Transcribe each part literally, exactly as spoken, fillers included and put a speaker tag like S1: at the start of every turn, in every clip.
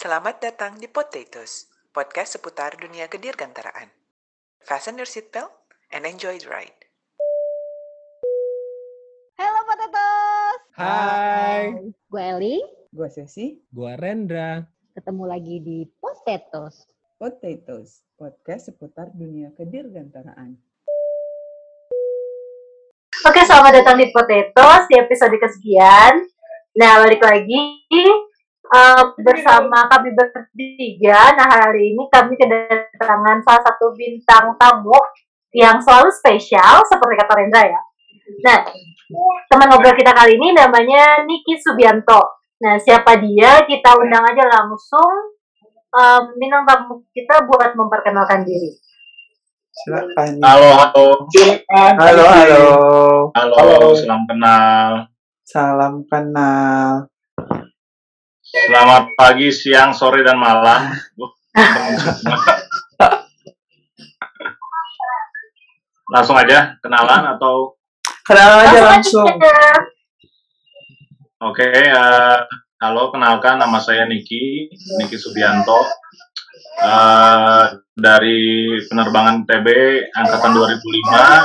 S1: Selamat datang di Potatoes, podcast seputar dunia kedirgantaraan. Fasten your seatbelt and enjoy the ride.
S2: Halo Potatoes.
S3: Hai.
S2: Gue Eli.
S4: Gue Sesi.
S3: Gue Rendra.
S2: Ketemu lagi di Potatoes.
S4: Potatoes, podcast seputar dunia kedirgantaraan.
S5: Oke, selamat datang di Potatoes di episode kesekian. Nah, balik lagi uh, bersama kami bertiga. Nah, hari ini kami kedatangan salah satu bintang tamu yang selalu spesial, seperti kata Rendra ya. Nah, teman ngobrol kita kali ini namanya Niki Subianto. Nah, siapa dia? Kita undang aja langsung um, bintang tamu kita buat memperkenalkan diri.
S4: Silakan.
S6: Halo, halo.
S4: Halo, halo.
S6: Halo, salam kenal.
S4: Salam kenal.
S6: Selamat pagi, siang, sore, dan malam. Langsung aja kenalan atau?
S4: Kenalan aja langsung.
S6: Oke, okay, uh, halo, kenalkan nama saya Niki, Niki Subianto. Uh, dari penerbangan T B angkatan dua ribu lima.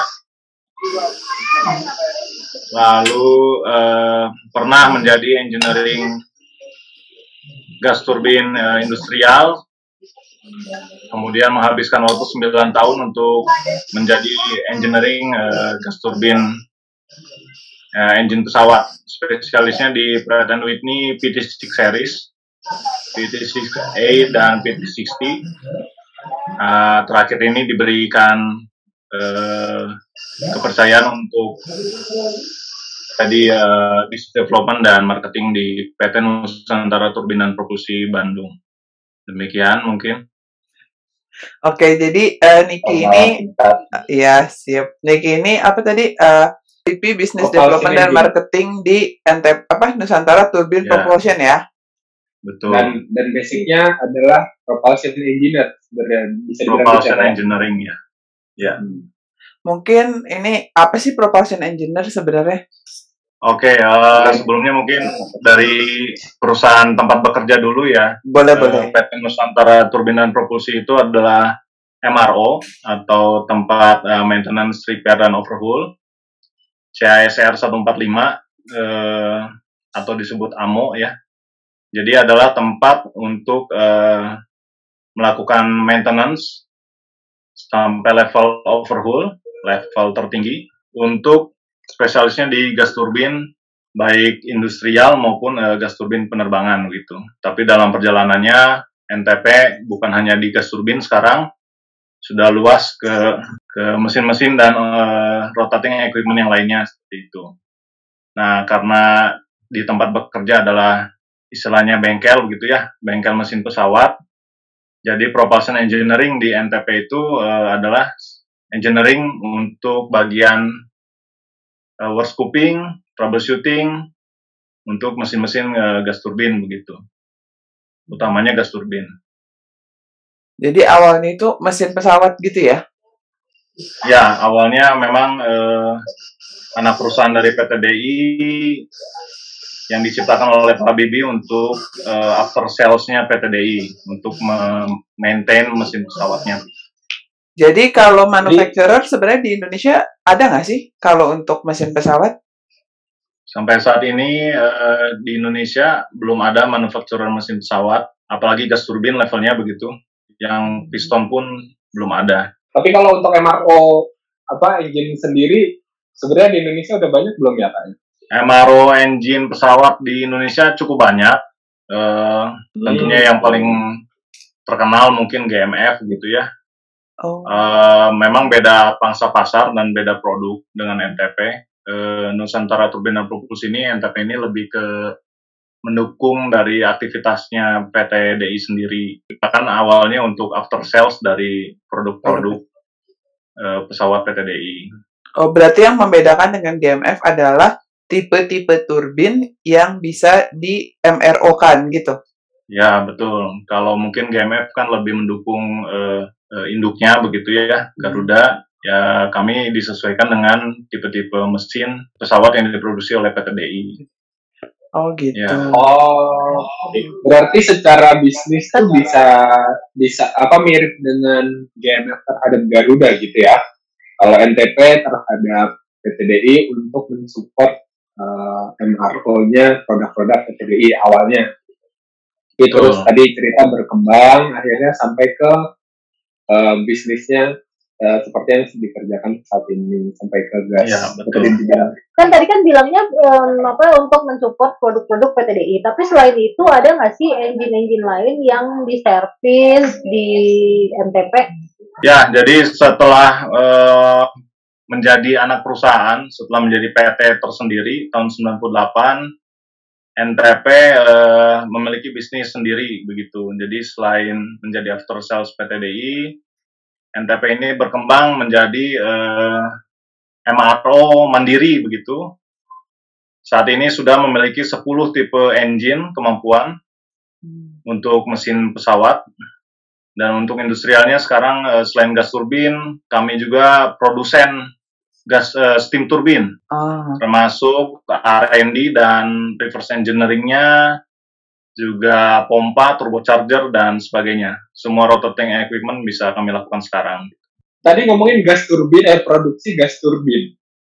S6: Lalu uh, pernah menjadi engineering gas turbin uh, industrial, kemudian menghabiskan waktu sembilan tahun untuk menjadi engineering uh, gas turbin uh, engine pesawat, spesialisnya di Pratt and Whitney P T enam series, P T enam A dan P T enam puluh. Uh, terakhir ini diberikan uh, kepercayaan untuk tadi uh, business development dan marketing di P T Nusantara Turbin dan Propulsi Bandung. Demikian mungkin.
S4: Oke, jadi uh, Niki ini, uh, ya siap. Niki ini apa tadi? Uh, V P Business Development dan Marketing di N T P apa Nusantara Turbin
S6: Ya.
S4: Propulsion ya.
S6: Betul.
S3: Dan dan basicnya adalah propulsion engineer, sebenarnya bisa dibilang
S6: Propulsion
S3: gitu ya.
S6: engineering ya. Ya.
S4: Hmm. Mungkin ini apa sih propulsion engineer sebenarnya?
S6: Oke, uh, sebelumnya mungkin dari perusahaan tempat bekerja dulu ya.
S4: Boleh,
S6: Uh,
S4: boleh.
S6: P T Nusantara Turbin dan Propulsi itu adalah M R O atau tempat uh, maintenance, repair, dan overhaul. C A S R seratus empat puluh lima uh, atau disebut A M O ya. Jadi adalah tempat untuk uh, melakukan maintenance sampai level overhaul, level tertinggi, untuk spesialisnya di gas turbin, baik industrial maupun uh, gas turbin penerbangan gitu. Tapi dalam perjalanannya N T P bukan hanya di gas turbin sekarang, sudah luas ke ke mesin-mesin dan uh, rotating equipment yang lainnya seperti itu. Nah, karena di tempat bekerja adalah istilahnya bengkel begitu ya, bengkel mesin pesawat. Jadi propulsion engineering di N T P itu uh, adalah engineering untuk bagian uh, work scoping, troubleshooting untuk mesin-mesin uh, gas turbin begitu. Utamanya gas turbin.
S4: Jadi awalnya itu mesin pesawat gitu ya?
S6: Ya, awalnya memang uh, anak perusahaan dari P T D I yang diciptakan oleh Pak Habibie untuk uh, after sales-nya P T D I untuk maintain mesin pesawatnya.
S4: Jadi kalau manufacturer sebenarnya di Indonesia ada nggak sih kalau untuk mesin pesawat?
S6: Sampai saat ini uh, di Indonesia belum ada manufacturer mesin pesawat, apalagi gas turbin levelnya begitu. Yang piston pun belum ada.
S3: Tapi kalau untuk M R O apa engine sendiri sebenarnya di Indonesia udah banyak belum ya Kak?
S6: M R O engine pesawat di Indonesia cukup banyak. Uh, tentunya yang paling terkenal mungkin G M F gitu ya.
S4: Oh.
S6: Uh, memang beda pangsa pasar dan beda produk dengan N T P. Uh, Nusantara Turbin dan Propulsi ini, N T P ini lebih ke mendukung dari aktivitasnya P T D I sendiri. Bahkan awalnya untuk after sales dari produk-produk uh, pesawat P T D I.
S4: Oh, berarti yang membedakan dengan G M F adalah tipe-tipe turbin yang bisa di M R O-kan gitu?
S6: Ya, betul. Kalau mungkin G M F kan lebih mendukung uh, uh, induknya begitu ya, Garuda. Ya, kami disesuaikan dengan tipe-tipe mesin pesawat yang diproduksi oleh P T D I.
S4: Oh gitu.
S6: Ya.
S3: Oh, berarti secara bisnis tuh bisa bisa apa mirip dengan G M F terhadap Garuda gitu ya? Kalau N T P terhadap P T D I untuk mensupport uh, M R O-nya produk-produk P T D I awalnya. Tapi terus
S6: Betul.
S3: tadi cerita berkembang akhirnya sampai ke uh, bisnisnya uh, seperti yang dikerjakan saat ini sampai ke gas.
S6: Iya, betul.
S3: Tadi dibilang.
S5: Kan tadi kan bilangnya em, apa untuk mensupport produk-produk P T D I, tapi selain itu ada nggak sih engine-engine lain yang diservis di M T P?
S6: Ya, jadi setelah eh, menjadi anak perusahaan, setelah menjadi P T tersendiri tahun sembilan puluh delapan, N T P eh, memiliki bisnis sendiri begitu. Jadi selain menjadi after sales P T D I, N T P ini berkembang menjadi eh, M R O mandiri begitu. Saat ini sudah memiliki sepuluh tipe engine kemampuan untuk mesin pesawat. Dan untuk industrialnya sekarang eh, selain gas turbin, kami juga produsen gas eh, steam turbin,
S4: Ah.
S6: termasuk R and D dan reverse engineering-nya, juga pompa, turbocharger dan sebagainya. Semua rotating equipment bisa kami lakukan sekarang.
S3: Tadi ngomongin gas turbin, eh produksi gas turbin.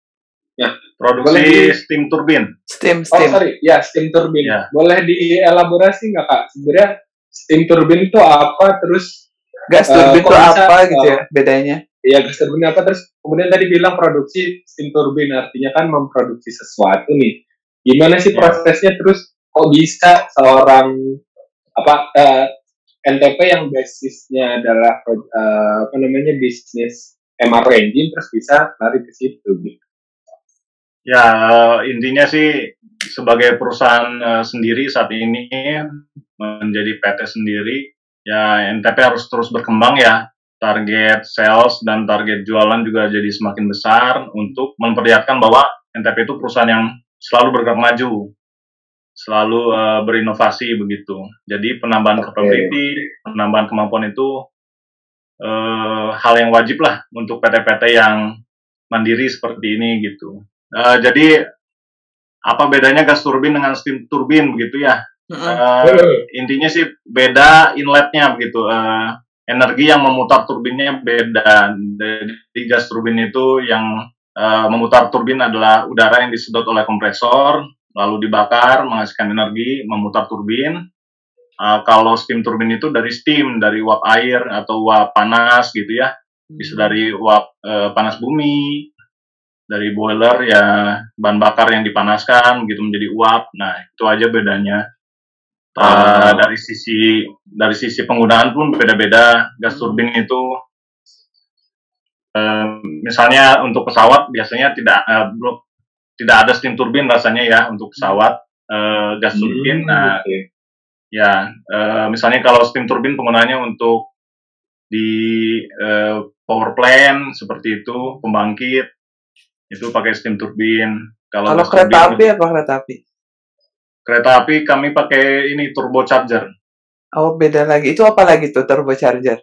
S6: Produksi
S3: Boleh di-
S6: steam turbin.
S4: Steam,
S3: Oh
S4: steam.
S3: sorry, ya steam turbin.
S6: Ya.
S3: Boleh dielaborasi nggak kak? Sebenarnya steam turbin itu apa? Terus
S4: Gas
S3: Eh,
S4: turbin
S3: kok
S4: tuh
S3: bisa,
S4: apa gitu
S3: eh,
S4: ya bedanya?
S3: ya gas turbin apa? Terus kemudian tadi bilang produksi steam turbin artinya kan memproduksi sesuatu nih. Gimana sih
S6: Ya.
S3: prosesnya? Terus kok bisa seorang apa eh, N T P yang basisnya adalah eh, apa namanya bisnis M R O engine terus bisa lari ke situ gitu.
S6: Ya, eh, intinya sih sebagai perusahaan eh, sendiri saat ini menjadi P T sendiri, ya N T P harus terus berkembang ya. Target sales dan target jualan juga jadi semakin besar untuk memperlihatkan bahwa N T P itu perusahaan yang selalu bergerak maju, selalu eh, berinovasi begitu. Jadi penambahan
S3: Oke.
S6: capability, penambahan kemampuan itu eh, hal yang wajib lah untuk P T P T yang mandiri seperti ini gitu. Eh, jadi apa bedanya gas turbin dengan steam turbin begitu ya?
S4: Mm-mm.
S6: Eh, intinya sih beda inletnya begitu. Eh, energi yang memutar turbinnya beda. Jadi gas turbin itu yang eh, memutar turbin adalah udara yang disedot oleh kompresor, lalu dibakar menghasilkan energi, memutar turbin. Eh, kalau steam turbin itu dari steam, dari uap air atau uap panas gitu ya. Bisa dari uap eh, panas bumi, dari boiler ya bahan bakar yang dipanaskan begitu menjadi uap. Nah, itu aja bedanya. Uh, dari sisi dari sisi penggunaan pun beda-beda. Gas turbin itu uh, misalnya untuk pesawat biasanya tidak uh, belum tidak ada steam turbin rasanya ya untuk pesawat uh, gas turbin. Nah,
S3: oke.
S6: ya uh, misalnya kalau steam turbin penggunaannya untuk di uh, power plant seperti itu, pembangkit itu pakai steam turbin. Kalau
S4: Kalau
S6: gas
S4: kereta
S6: turbin-
S4: api apa kereta api?
S6: Kereta api kami pakai ini turbocharger.
S4: Oh beda lagi. Itu apa lagi tuh turbocharger?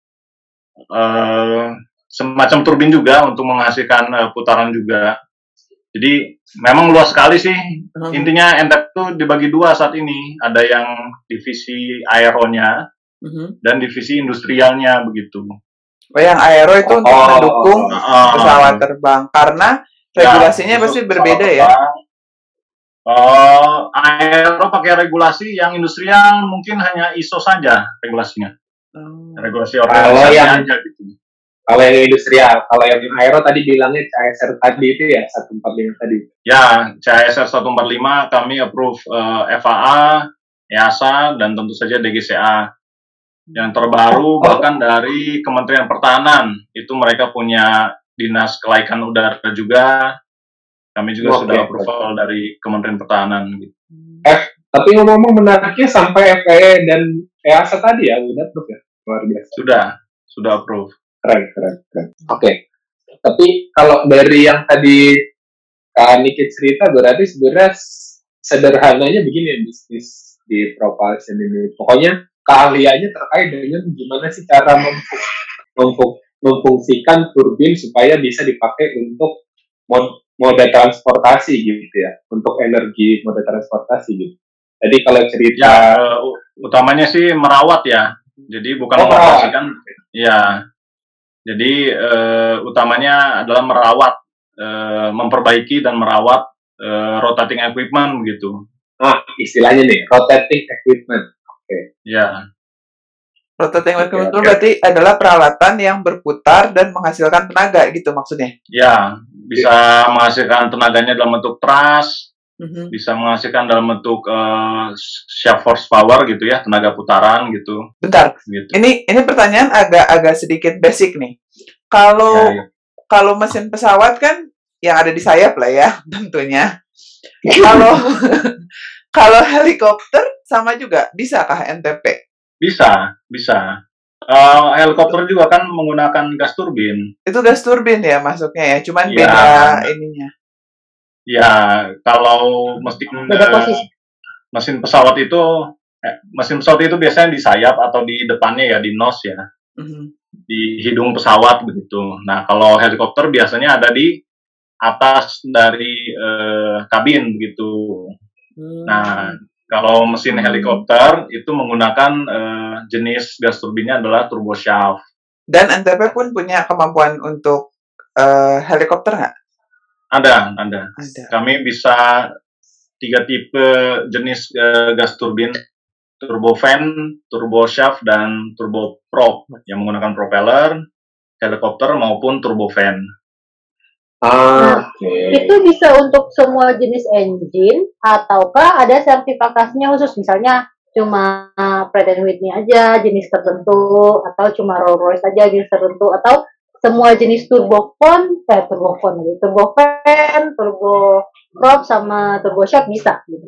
S6: Eh, semacam turbin juga untuk menghasilkan eh, putaran juga. Jadi memang luas sekali sih.
S4: Hmm.
S6: Intinya N T P itu dibagi dua saat ini. Ada yang divisi aeronya
S4: Mhm.
S6: dan divisi industrialnya begitu.
S4: Oh yang aero itu untuk
S3: Oh.
S4: mendukung
S6: Eh,
S4: pesawat terbang karena regulasinya
S6: ya,
S4: pasti
S6: untuk
S4: berbeda
S6: pesawat
S4: ya.
S6: terbang. Eh, aero pakai regulasi yang industrial mungkin hanya I S O saja regulasinya.
S4: Oh.
S6: Regulasi
S3: Kalau
S6: organisasi
S3: yang-
S6: aja gitu.
S3: Kalau yang industrial, kalau yang aero tadi bilangnya C S R tadi itu ya seratus empat puluh lima tadi.
S6: Ya, C S R seratus empat puluh lima kami approve eh, F A A, E A S A, dan tentu saja D G C A. Yang terbaru bahkan dari Kementerian Pertahanan, itu mereka punya Dinas Kelaikan Udara juga. Kami juga
S3: Oke.
S6: sudah approval dari Kementerian Pertahanan. Gitu.
S3: Tapi ngomong-ngomong menariknya sampai F A A dan E A S A tadi ya udah proof ya, luar biasa.
S6: Sudah, sudah approve.
S3: Keren, keren, keren. Oke. Tapi kalau dari yang tadi Kak Niki cerita berarti sebenarnya s- sederhananya begini ya bisnis di propulsion ini. Pokoknya keahliannya terkait dengan gimana sih cara memfu- memfu- memfungsikan turbin supaya bisa dipakai untuk mod- moda transportasi gitu ya, untuk energi moda transportasi gitu. Jadi kalau cerita
S6: Ya, eh, utamanya sih merawat ya. Jadi bukan
S3: Oh, merawat.
S6: mengoperasikan. Ya, jadi eh, utamanya adalah merawat, eh, memperbaiki dan merawat eh, rotating equipment gitu.
S3: nah istilahnya nih rotating equipment.
S6: Ya,
S4: Rotating
S3: Oke,
S4: equipment itu
S3: oke.
S4: berarti adalah peralatan yang berputar dan menghasilkan tenaga gitu maksudnya.
S6: ya bisa menghasilkan tenaganya dalam bentuk thrust,
S4: Mhm.
S6: bisa menghasilkan dalam bentuk eh, shaft horsepower gitu ya, tenaga putaran gitu.
S4: Bentar,
S6: Gitu.
S4: ini ini pertanyaan agak-agak sedikit basic nih. Kalau
S6: Ya, ya.
S4: kalau mesin pesawat kan yang ada di sayap lah ya tentunya. Kalau kalau helikopter sama juga bisakah N T P?
S6: Bisa, bisa. Eh, helikopter juga kan menggunakan gas turbin.
S4: Itu gas turbin ya masuknya ya, cuman
S6: Iya.
S4: beda ininya.
S6: Ya, kalau mesin
S2: Beda
S6: eh,
S2: posisi.
S6: mesin pesawat itu eh, mesin pesawat itu biasanya di sayap atau di depannya ya, di nose ya,
S4: Mhm.
S6: di hidung pesawat begitu. Nah, kalau helikopter biasanya ada di atas dari eh, kabin begitu. Nah, kalau mesin helikopter itu menggunakan eh, jenis gas turbinnya adalah turboshaft.
S4: Dan N T P pun punya kemampuan untuk eh, helikopter nggak?
S6: Ada, ada.
S4: Ada.
S6: Kami bisa tiga tipe jenis eh, gas turbin, turbofan, turboshaft, dan turboprop yang menggunakan propeller, helikopter maupun turbofan.
S3: Ah,
S2: Nah,
S3: oke.
S2: Itu bisa untuk semua jenis engine ataukah ada sertifikasinya khusus, misalnya cuma Pratt and Whitney aja jenis tertentu, atau cuma Rolls-Royce aja jenis tertentu, atau semua jenis turbofan, eh turbofan lagi, turbofan, turboprop sama turboshaft bisa gitu.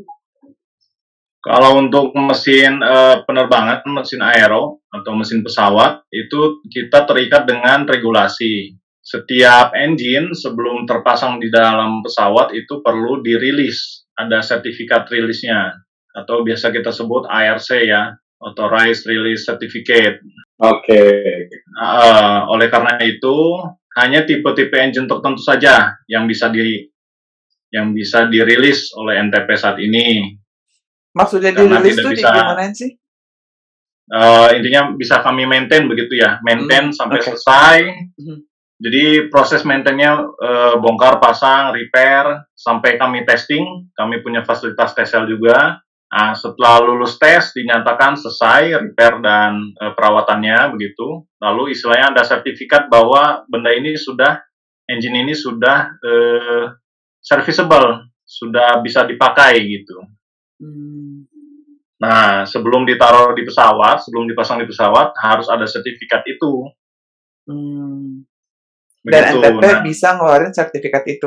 S6: Kalau untuk mesin eh, penerbangan, mesin aero atau mesin pesawat itu kita terikat dengan regulasi. Setiap engine sebelum terpasang di dalam pesawat itu perlu dirilis, ada sertifikat rilisnya atau biasa kita sebut A R C ya, Authorized Release Certificate.
S3: Oke.
S6: Uh, oleh karena itu hanya tipe-tipe engine tertentu saja yang bisa di yang bisa dirilis oleh N T P saat ini.
S4: Maksudnya
S6: Karena
S4: dirilis
S6: tidak
S4: tuh
S6: bisa-
S4: gimana sih?
S6: Uh, intinya bisa kami maintain begitu ya, maintain
S4: Hmm,
S6: sampai
S4: oke.
S6: selesai.
S4: Mhm.
S6: Jadi proses maintainnya uh, bongkar, pasang, repair sampai kami testing. Kami punya fasilitas tes cell juga. Nah, setelah lulus tes dinyatakan selesai repair dan uh, perawatannya begitu. Lalu istilahnya ada sertifikat bahwa benda ini sudah engine ini sudah uh, serviceable, sudah bisa dipakai gitu.
S4: Hmm.
S6: Nah, sebelum ditaruh di pesawat, sebelum dipasang di pesawat harus ada sertifikat itu.
S4: Hmm. Dan
S6: Begitu.
S4: N T P
S6: Nah,
S4: bisa ngeluarin sertifikat itu.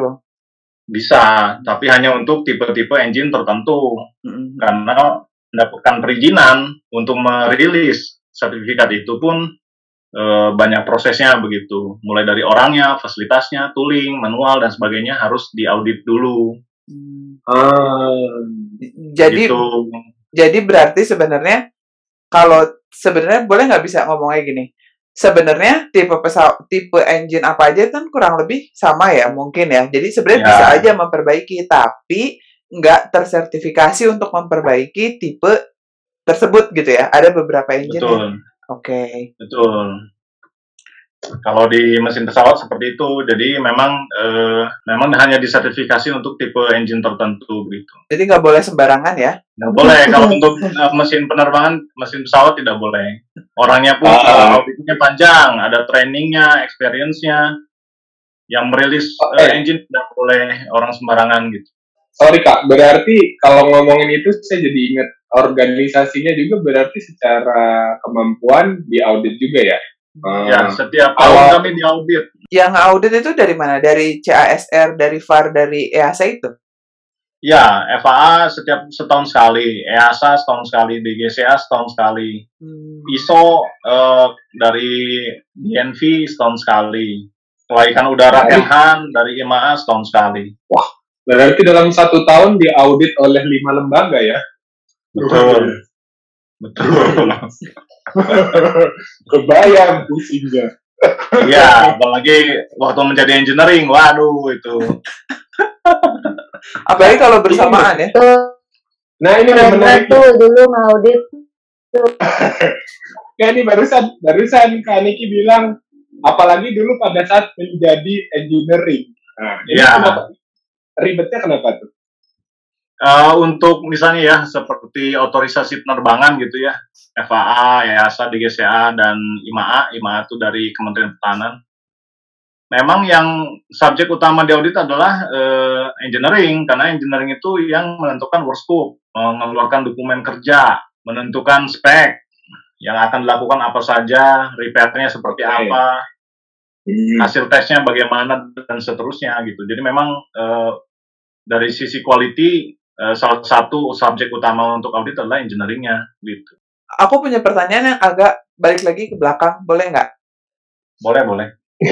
S6: bisa, tapi hanya untuk tipe-tipe engine tertentu.
S4: Mhm.
S6: Karena mendapatkan perizinan untuk merilis sertifikat itu pun eh, banyak prosesnya begitu. Mulai dari orangnya, fasilitasnya, tooling, manual dan sebagainya harus diaudit dulu.
S4: Hmm.
S3: Ah,
S4: Jadi
S6: Gitu.
S4: jadi berarti sebenarnya kalau sebenarnya boleh nggak bisa ngomongnya gini. Sebenarnya tipe pesawat, tipe engine apa aja kan kurang lebih sama ya mungkin ya. Jadi sebenarnya
S6: Ya.
S4: bisa aja memperbaiki, tapi nggak tersertifikasi untuk memperbaiki tipe tersebut gitu ya. Ada beberapa engine
S6: Betul,
S4: yang oke.
S6: betul. Kalau di mesin pesawat seperti itu, jadi memang eh, memang hanya disertifikasi untuk tipe engine tertentu begitu.
S4: Jadi nggak boleh sembarangan ya.
S6: Nggak boleh kalau untuk eh, mesin penerbangan, mesin pesawat tidak boleh. Orangnya pun
S3: Ah.
S6: eh, auditnya panjang, ada trainingnya, experience-nya. Yang merilis
S3: Oke.
S6: eh, engine tidak boleh orang sembarangan gitu.
S3: sorry Kak, berarti kalau ngomongin itu saya jadi ingat organisasinya juga berarti secara kemampuan diaudit juga ya? Ah,
S6: Ya, setiap
S3: Kalau-
S6: tahun kami diaudit.
S4: Yang audit itu dari mana? Dari C A S R, dari V A R, dari E A S A itu?
S6: Ya, F A A setiap setahun sekali, E A S A setahun sekali, D G C A setahun sekali, I S O eh, dari D N V setahun sekali, kelaikan udara
S3: Baik.
S6: Kemhan dari I M A A setahun sekali.
S3: berarti dalam satu tahun diaudit oleh lima lembaga ya?
S6: Betul, betul.
S3: Kebayang pusingnya.
S6: Iya, apalagi waktu menjadi engineering, waduh itu.
S4: Apalagi kalau bersamaan ya.
S2: Tuh,
S3: Nah ini yang
S2: keren
S3: menarik.
S2: tuh dulu ngaudit.
S3: Ya ini barusan barusan Kak Niki bilang, apalagi dulu pada saat menjadi engineering. Nah, ini
S6: Iya.
S3: kenapa? Ribetnya kenapa tuh?
S6: Eh, untuk misalnya ya seperti otorisasi penerbangan gitu ya, F A A, Y A S A, D G C A, dan I M A A. I M A A itu dari Kementerian Pertahanan. Memang yang subjek utama di audit adalah eh, engineering, karena engineering itu yang menentukan work scope, mengeluarkan dokumen kerja, menentukan spek yang akan dilakukan apa saja, repair-nya seperti
S3: Oke.
S6: apa,
S3: Hmm.
S6: hasil tesnya bagaimana, dan seterusnya gitu. Jadi memang eh, dari sisi quality, eh, salah satu subjek utama untuk audit adalah engineering-nya gitu.
S4: Aku punya pertanyaan yang agak balik lagi ke belakang, boleh nggak?
S6: Boleh, boleh.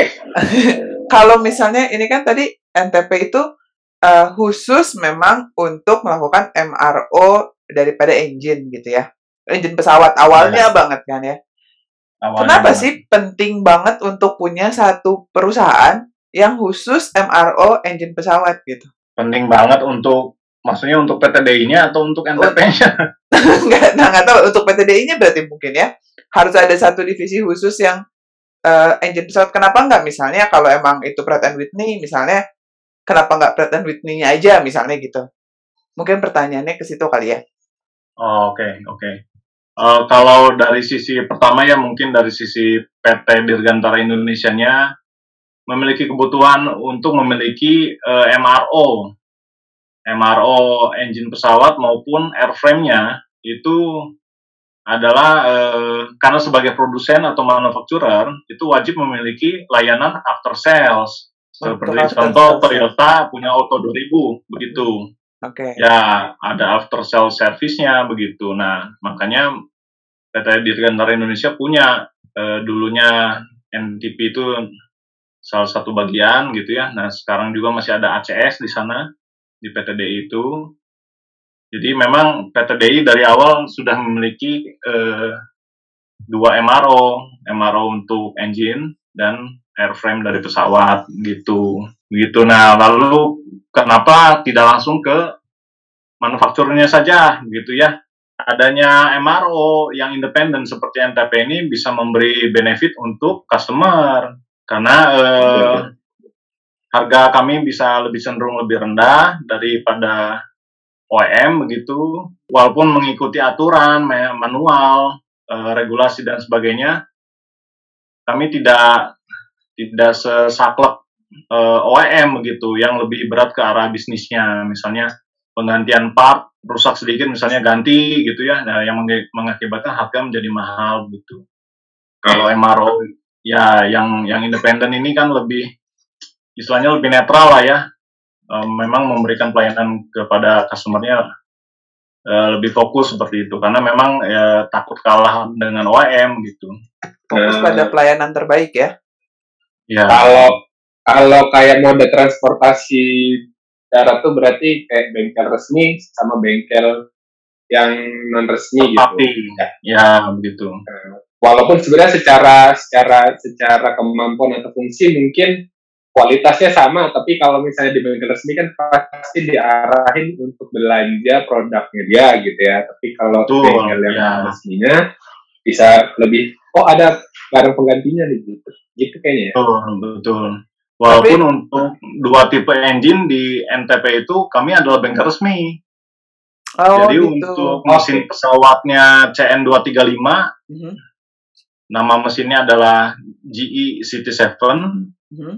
S4: Kalau misalnya ini kan tadi N T P itu uh, khusus memang untuk melakukan M R O daripada engine gitu ya. Engine pesawat awalnya banget kan ya.
S6: Awalnya
S4: Kenapa
S6: banget.
S4: sih penting banget untuk punya satu perusahaan yang khusus M R O engine pesawat gitu?
S6: Penting banget untuk, maksudnya untuk P T D I-nya atau untuk N T P-nya?
S4: Nggak, nah, nggak tahu untuk P T D I-nya berarti mungkin ya harus ada satu divisi khusus yang uh, engine pesawat. Kenapa nggak misalnya kalau emang itu Pratt and Whitney misalnya, kenapa nggak Pratt and Whitney-nya aja misalnya gitu? Mungkin pertanyaannya ke situ kali ya.
S6: Oh, oke, oke. Eh, kalau dari sisi pertama ya mungkin dari sisi P T Dirgantara Indonesia-nya memiliki kebutuhan untuk memiliki eh, M R O. M R O engine pesawat maupun airframe-nya itu adalah eh, karena sebagai produsen atau manufacturer itu wajib memiliki layanan after sales.
S4: Untuk
S6: Seperti
S4: after
S6: contoh
S4: sales, ya.
S6: Toyota punya Auto dua ribu begitu.
S4: Oke.
S6: Ya, ada after sales service-nya begitu. Nah, makanya P T Dirgantara Indonesia punya eh, dulunya N T P itu salah satu bagian gitu ya. Nah, sekarang juga masih ada A C S di sana di P T D I itu. Jadi memang P T D I dari awal sudah memiliki eh, dua M R O, M R O untuk engine dan airframe dari pesawat gitu. Begitu. Nah, lalu kenapa tidak langsung ke manufakturnya saja gitu ya? Adanya M R O yang independen seperti N T P ini bisa memberi benefit untuk customer karena eh, harga kami bisa lebih cenderung lebih rendah daripada O E M begitu, walaupun mengikuti aturan manual, eh, regulasi dan sebagainya, kami tidak tidak sesaklek eh, O E M begitu, yang lebih berat ke arah bisnisnya, misalnya penggantian part rusak sedikit, misalnya ganti gitu ya, nah, yang meng- mengakibatkan harga menjadi mahal gitu. Kalau M R O ya yang yang independen ini kan lebih istilahnya lebih netral lah ya. Uh, memang memberikan pelayanan kepada customer-nya uh, lebih fokus seperti itu karena memang ya, takut kalah dengan O E M gitu.
S4: Fokus
S3: Nah,
S4: pada pelayanan terbaik ya.
S6: Ya.
S3: Kalau kalau kayak mode transportasi darat tuh berarti kayak bengkel resmi sama bengkel yang non resmi gitu.
S6: Tapi
S3: Ya.
S6: ya begitu.
S3: Walaupun sebenarnya secara secara secara kemampuan atau fungsi mungkin kualitasnya sama, tapi kalau misalnya di bengkel resmi kan pasti diarahin untuk belanja produknya dia gitu ya. Tapi kalau
S6: Betul,
S3: bengkel yang
S6: ya.
S3: resminya bisa lebih, oh ada barang penggantinya nih gitu. Gitu kayaknya ya.
S6: Betul, betul. Walaupun Tapi, untuk dua tipe engine di N T P itu kami adalah bengkel resmi.
S4: Oh,
S6: Jadi
S4: gitu.
S6: untuk mesin
S3: Oke.
S6: pesawatnya C N dua tiga lima,
S4: Mhm.
S6: nama mesinnya adalah G E City tujuh.
S4: Mhm.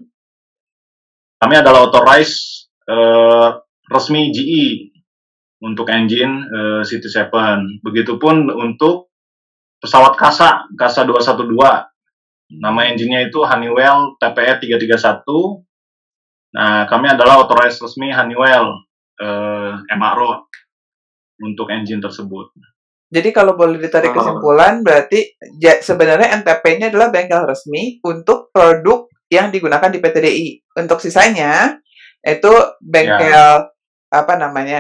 S6: Kami adalah authorized eh, resmi G E untuk engine eh, City tujuh. Begitupun untuk pesawat Kasa, Kasa dua satu dua. Nama engine-nya itu Honeywell T P E tiga tiga satu. Nah, kami adalah authorized resmi Honeywell eh, M R O untuk engine tersebut.
S4: Jadi kalau boleh ditarik
S3: Oh.
S4: kesimpulan, berarti ja, sebenarnya N T P-nya adalah bengkel resmi untuk produk yang digunakan di P T D I. Untuk sisanya, itu bengkel, apa namanya,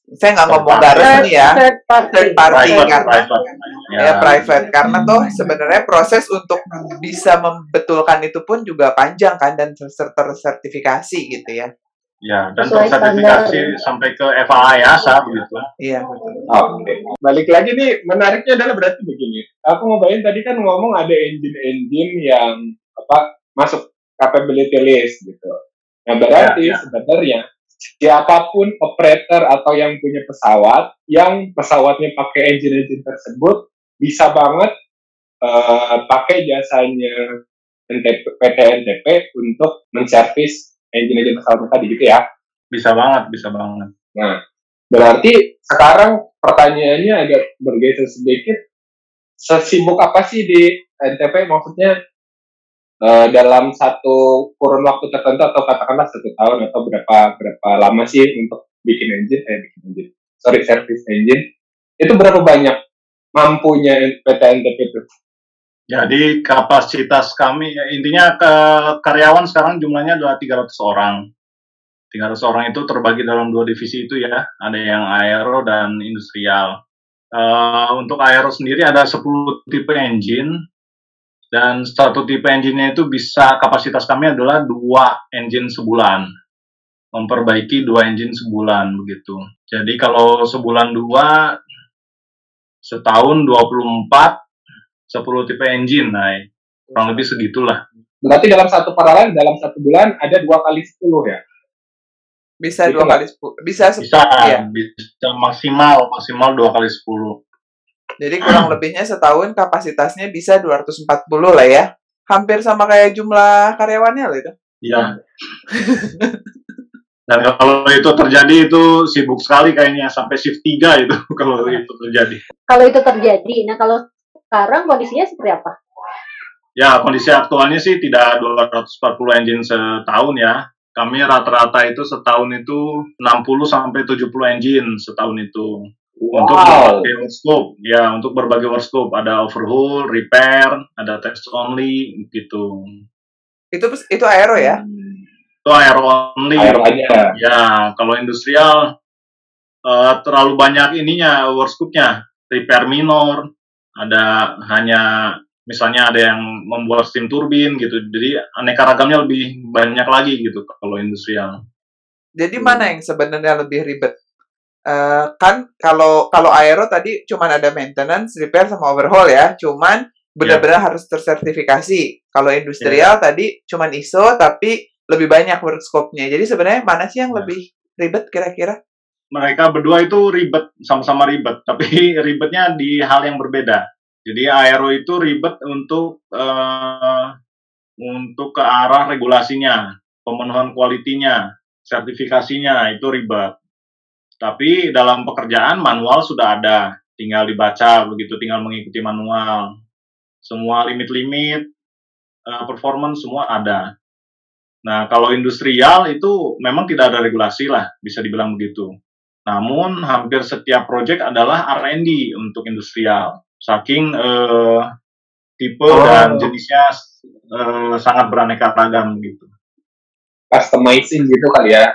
S4: Saya nggak ngomong
S6: Third
S4: garis nih ya,
S2: Third party.
S4: third party
S6: Private,
S4: karena
S6: private.
S4: ya private karena toh sebenarnya proses untuk bisa membetulkan itu pun juga panjang kan dan ter- tersertifikasi gitu ya.
S6: Ya, dan
S2: Sesuai
S6: tersertifikasi
S2: standar.
S6: sampai ke F A I A S A begitu.
S4: Iya betul.
S3: Oke, balik lagi nih, menariknya adalah berarti begini. Aku ngobain tadi kan ngomong ada engine-engine yang apa masuk capability list gitu. Nah berarti
S6: Ya, ya.
S3: sebenarnya siapapun operator atau yang punya pesawat, yang pesawatnya pakai engine-engine tersebut bisa banget eh, pakai jasanya N T P, P T N T P untuk menservis engine-engine pesawat tadi gitu ya.
S6: Bisa banget, bisa banget.
S3: Nah, berarti sekarang pertanyaannya agak bergeser sedikit. Sesibuk apa sih di N T P? Maksudnya eh, dalam satu kurun waktu tertentu atau katakanlah satu tahun atau berapa berapa lama sih untuk bikin engine? Eh, bikin engine. Sorry, service engine. Itu berapa banyak mampunya P T N T P itu?
S6: Jadi kapasitas kami, ya, intinya ke karyawan sekarang jumlahnya adalah tiga ratus orang. tiga ratus orang itu terbagi dalam dua divisi itu ya, ada yang aero dan industrial. Eh, untuk aero sendiri ada sepuluh tipe engine, dan satu tipe engine-nya itu bisa, kapasitas kami adalah dua engine sebulan. Memperbaiki dua engine sebulan, begitu. Jadi kalau sebulan dua, setahun dua puluh empat, sepuluh tipe engine, nah kurang lebih segitulah.
S3: Berarti dalam satu paralel, dalam satu bulan ada dua kali sepuluh ya?
S4: Bisa
S3: Gitu
S4: dua
S3: nggak?
S4: kali sepuluh, bisa sep-
S6: Bisa,
S4: iya.
S6: bisa maksimal, maksimal dua kali sepuluh.
S4: Jadi kurang lebihnya setahun kapasitasnya bisa dua ratus empat puluh lah ya. Hampir sama kayak jumlah karyawannya loh itu.
S6: Iya. Dan kalau itu terjadi itu sibuk sekali kayaknya, sampai shift tiga itu kalau itu terjadi.
S2: Kalau itu terjadi, nah kalau sekarang kondisinya seperti apa?
S6: Ya, kondisi aktualnya sih tidak dua ratus empat puluh engine setahun ya. Kami rata-rata itu setahun itu enam puluh sampai tujuh puluh engine setahun itu. Untuk
S3: Wow.
S6: berbagai work scope, ya untuk berbagai work scope, ada overhaul, repair, ada test only gitu.
S4: Itu itu aero ya.
S6: Itu aero only.
S3: Aero aja.
S6: Ya, kalau industrial eh, terlalu banyak ininya work scope-nya, repair minor, ada hanya misalnya ada yang membuat steam turbin gitu. Jadi aneka ragamnya lebih banyak lagi gitu kalau industrial.
S4: Jadi mana yang sebenarnya lebih ribet? Eh, kan kalau kalau aero tadi cuman ada maintenance, repair sama overhaul ya. Cuman benar-benar harus tersertifikasi. Kalau industrial tadi cuman I S O tapi lebih banyak work scope-nya. Jadi sebenarnya mana sih yang
S6: Ya.
S4: lebih ribet kira-kira?
S6: Mereka berdua itu ribet, sama-sama ribet, tapi ribetnya di hal yang berbeda. Jadi aero itu ribet untuk eh, untuk ke arah regulasinya, pemenuhan kualitinya, sertifikasinya itu ribet. Tapi dalam pekerjaan manual sudah ada, tinggal dibaca begitu, tinggal mengikuti manual. Semua limit-limit eh, performance semua ada. Nah, kalau industrial itu memang tidak ada regulasi lah, bisa dibilang begitu. Namun hampir setiap proyek adalah R and D untuk industrial. Saking eh, tipe
S3: Oh.
S6: dan jenisnya eh, sangat beraneka ragam gitu.
S3: Customizing gitu kali ya?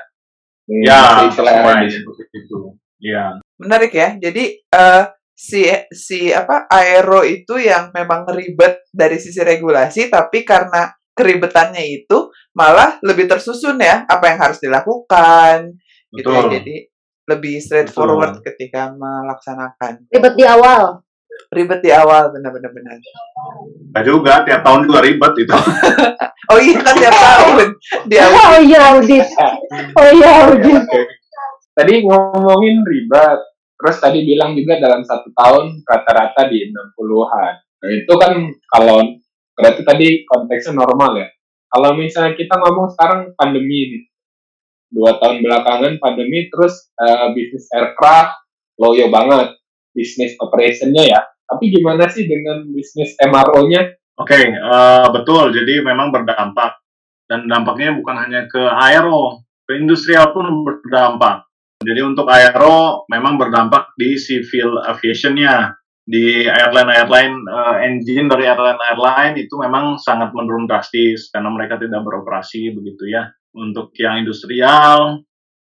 S6: Ya,
S3: Istilah R and D.
S6: seperti itu. Ya,
S4: Menarik ya. Jadi eh, si si apa aero itu yang memang ribet dari sisi regulasi, tapi karena keribetannya itu malah lebih tersusun ya apa yang harus dilakukan gitu ya.
S6: betul.
S4: Jadi lebih straightforward ketika melaksanakan.
S2: Ribet di awal.
S4: Ribet di awal, benar-benar benar.
S6: Nah juga tiap tahun juga ribet itu.
S4: Oh iya kan tiap tahun di awal.
S2: Oh iya audit. Oh iya audit.
S3: Oke. Tadi ngomongin ribet, terus tadi bilang juga dalam satu tahun rata-rata di enam puluhan. Nah itu kan kalau berarti tadi konteksnya normal ya. Kalau misalnya kita ngomong sekarang pandemi ini, dua tahun belakangan pandemi, terus uh, bisnis aircraft loyo banget, bisnis operationnya ya. Tapi gimana sih dengan bisnis M R O-nya?
S6: Oke, eh, betul. Jadi memang berdampak. Dan dampaknya bukan hanya ke aero, ke industrial pun berdampak. Jadi untuk aero memang berdampak di civil aviation-nya. Di airline-airline, uh, engine dari airline-airline itu memang sangat menurun drastis karena mereka tidak beroperasi begitu ya. Untuk yang industrial,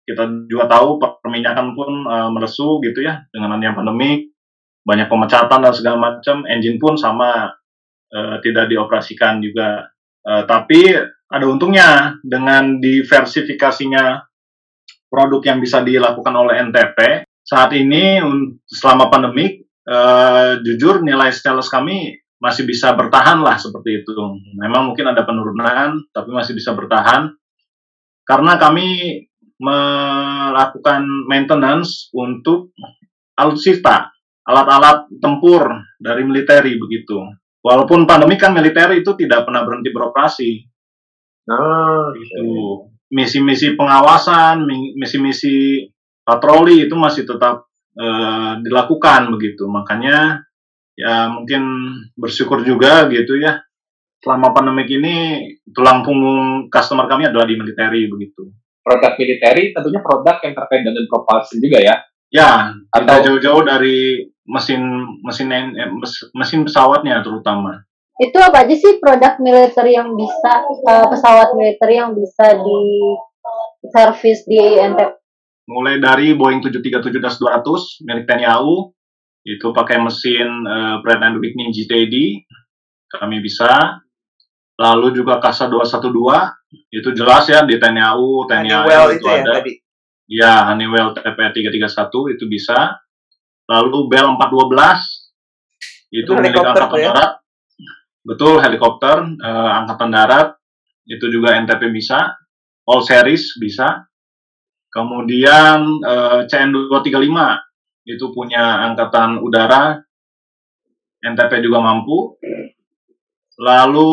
S6: kita juga tahu perminyakan pun uh, meresu gitu ya dengan adanya pandemi, banyak pemecatan dan segala macam, engine pun sama uh, tidak dioperasikan juga. Uh, tapi ada untungnya dengan diversifikasinya produk yang bisa dilakukan oleh N T P. Saat ini selama pandemi, uh, jujur nilai stainless kami masih bisa bertahan lah seperti itu. Memang mungkin ada penurunan, tapi masih bisa bertahan. Karena kami melakukan maintenance untuk alutsista, alat-alat tempur dari militer begitu. Walaupun pandemi kan militer itu tidak pernah berhenti beroperasi.
S3: Oh,
S6: gitu. Misi-misi pengawasan, misi-misi patroli itu masih tetap uh, dilakukan begitu. Makanya ya mungkin bersyukur juga gitu ya. Selama pandemik ini tulang punggung customer kami adalah di militer begitu.
S3: Produk militer tentunya produk yang terkait dengan propulsion juga ya.
S6: Ya,
S3: atau
S6: tidak jauh-jauh dari mesin mesin eh, mesin pesawatnya terutama.
S2: Itu apa aja sih produk militer yang bisa uh, pesawat militer yang bisa di servis di N T P?
S6: Mulai dari Boeing tujuh tiga tujuh dua ratus milik T N I A U itu pakai mesin uh, Pratt and Whitney G T D, kami bisa. Lalu juga Kasa dua satu dua itu jelas ya di T N I A U, T N I A L itu, itu ada. Ya, tadi. Ya, Honeywell T P tiga tiga satu itu bisa. Lalu Bell empat dua belas itu milik Angkatan ya? Darat. Betul, helikopter uh, Angkatan Darat itu juga N T P bisa. All series bisa. Kemudian uh, C N dua tiga lima itu punya Angkatan Udara, N T P juga mampu. Lalu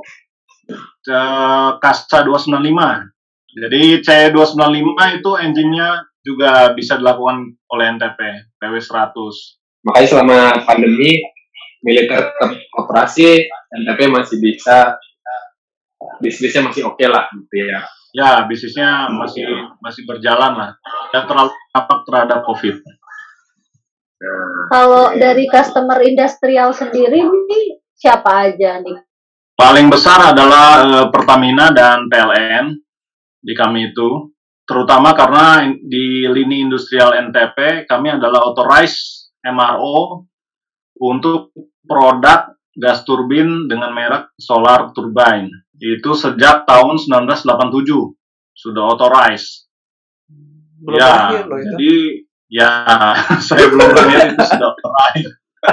S6: uh, Kasa dua sembilan lima. Jadi C dua sembilan lima itu engine-nya juga bisa dilakukan oleh N T P, P W seratus.
S3: Makanya selama pandemi militer tetap operasi, N T P masih bisa, bisnisnya masih oke okay lah gitu ya.
S6: Ya, bisnisnya masih masih berjalan lah. Dan terlalu dampak terhadap COVID.
S2: Nah, kalau dari customer industrial sendiri nih siapa aja nih?
S6: Paling besar adalah uh, Pertamina dan P L N di kami itu. Terutama karena di lini industrial N T P kami adalah authorized M R O untuk produk gas turbin dengan merek Solar Turbine. Itu sejak tahun seribu sembilan ratus delapan puluh tujuh sudah authorized.
S4: Belum
S6: ya,
S4: loh itu.
S6: Jadi ya saya belum lahir itu sudah authorized.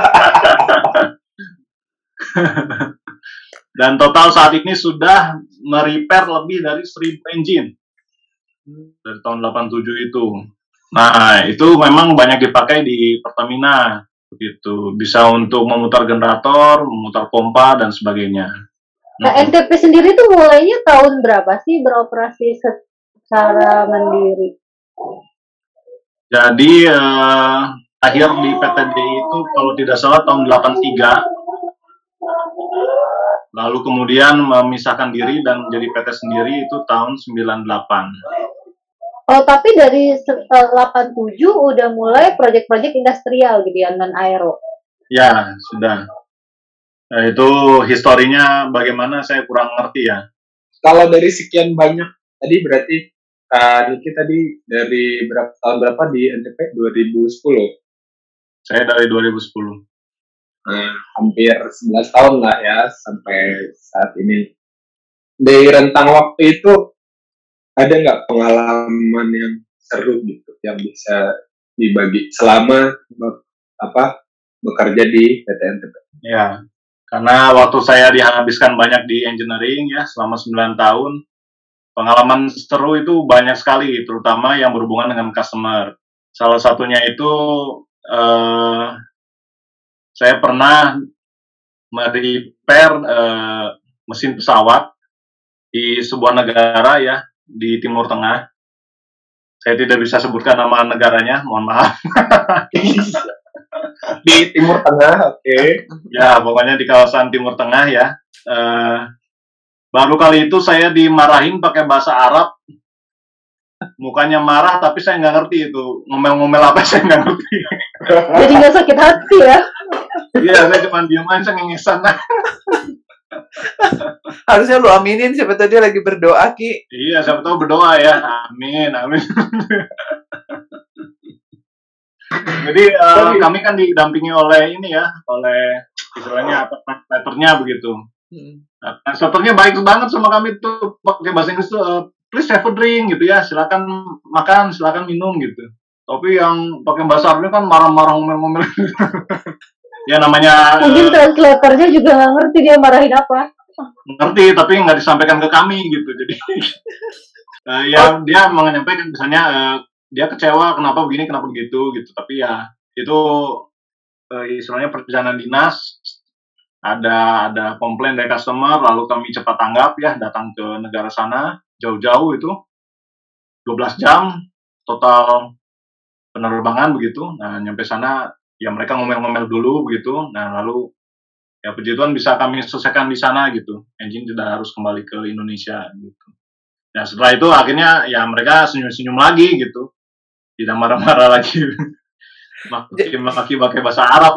S6: Dan total saat ini sudah merepair lebih dari seribu engine dari tahun delapan puluh tujuh itu. Nah, itu memang banyak dipakai di Pertamina. Begitu, bisa untuk memutar generator, memutar pompa dan sebagainya.
S2: Nah, N T P sendiri tuh mulainya tahun berapa sih beroperasi secara mandiri?
S6: Jadi eh, akhir di P T D I itu kalau tidak salah tahun delapan puluh tiga. Lalu kemudian memisahkan diri dan menjadi P T sendiri itu tahun sembilan puluh delapan.
S2: Oh, tapi dari delapan puluh tujuh udah mulai proyek-proyek industrial gitu ya, non-aero?
S6: Ya, sudah. Nah, itu historinya bagaimana saya kurang ngerti ya.
S3: Kalau dari sekian banyak, tadi berarti uh, Niki tadi dari berapa tahun berapa di N T P? dua ribu sepuluh?
S6: Saya dari dua ribu sepuluh.
S3: Nah, hampir sebelas tahun lah ya sampai saat ini. Dari rentang waktu itu ada nggak pengalaman yang seru gitu yang bisa dibagi selama apa bekerja di P T N T P?
S6: Ya, karena waktu saya dihabiskan banyak di engineering ya selama sembilan tahun, pengalaman seru itu banyak sekali, terutama yang berhubungan dengan customer. Salah satunya itu eh, saya pernah merepair eh, mesin pesawat di sebuah negara ya di Timur Tengah. Saya tidak bisa sebutkan nama negaranya, mohon maaf.
S3: Di Timur Tengah, oke. Okay.
S6: Ya, pokoknya di kawasan Timur Tengah ya. Uh, baru kali itu saya dimarahin pakai bahasa Arab. Mukanya marah, tapi saya nggak ngerti itu. Ngomel-ngomel apa, saya nggak ngerti.
S2: Jadi nggak sakit hati ya?
S6: Iya, saya cuma diam aja ngengesan.
S4: Harusnya lu aminin, siapa tahu dia lagi berdoa, Ki.
S6: Iya, siapa tahu berdoa ya. Amin, amin. Jadi uh, kami kan didampingi oleh ini ya, oleh istilahnya apa letternya begitu.
S4: Hmm.
S6: Nah, letternya baik banget sama kami tuh, pakai bahasa Inggris tuh, uh, please have a drink gitu ya, silakan makan, silakan minum gitu. Tapi yang pakai bahasa Arabnya kan marah-marah ngomel-ngomel. Ya namanya.
S2: Mungkin uh, translatornya juga nggak ngerti dia marahin apa.
S6: Ngerti, tapi nggak disampaikan ke kami gitu. Jadi uh, ya oh. Dia menyampaikan misalnya. Uh, dia kecewa kenapa begini kenapa begitu gitu, tapi ya itu uh, istilahnya perjalanan dinas, ada ada komplain dari customer, lalu kami cepat tanggap ya, datang ke negara sana jauh-jauh itu dua belas jam total penerbangan begitu. Nah nyampe sana ya mereka ngomel-ngomel dulu begitu, nah lalu ya puji Tuhan bisa kami selesaikan di sana gitu, engine tidak harus kembali ke Indonesia gitu. Nah setelah itu akhirnya ya mereka senyum-senyum lagi gitu, tidak marah-marah lagi, maki-maki pakai bahasa Arab.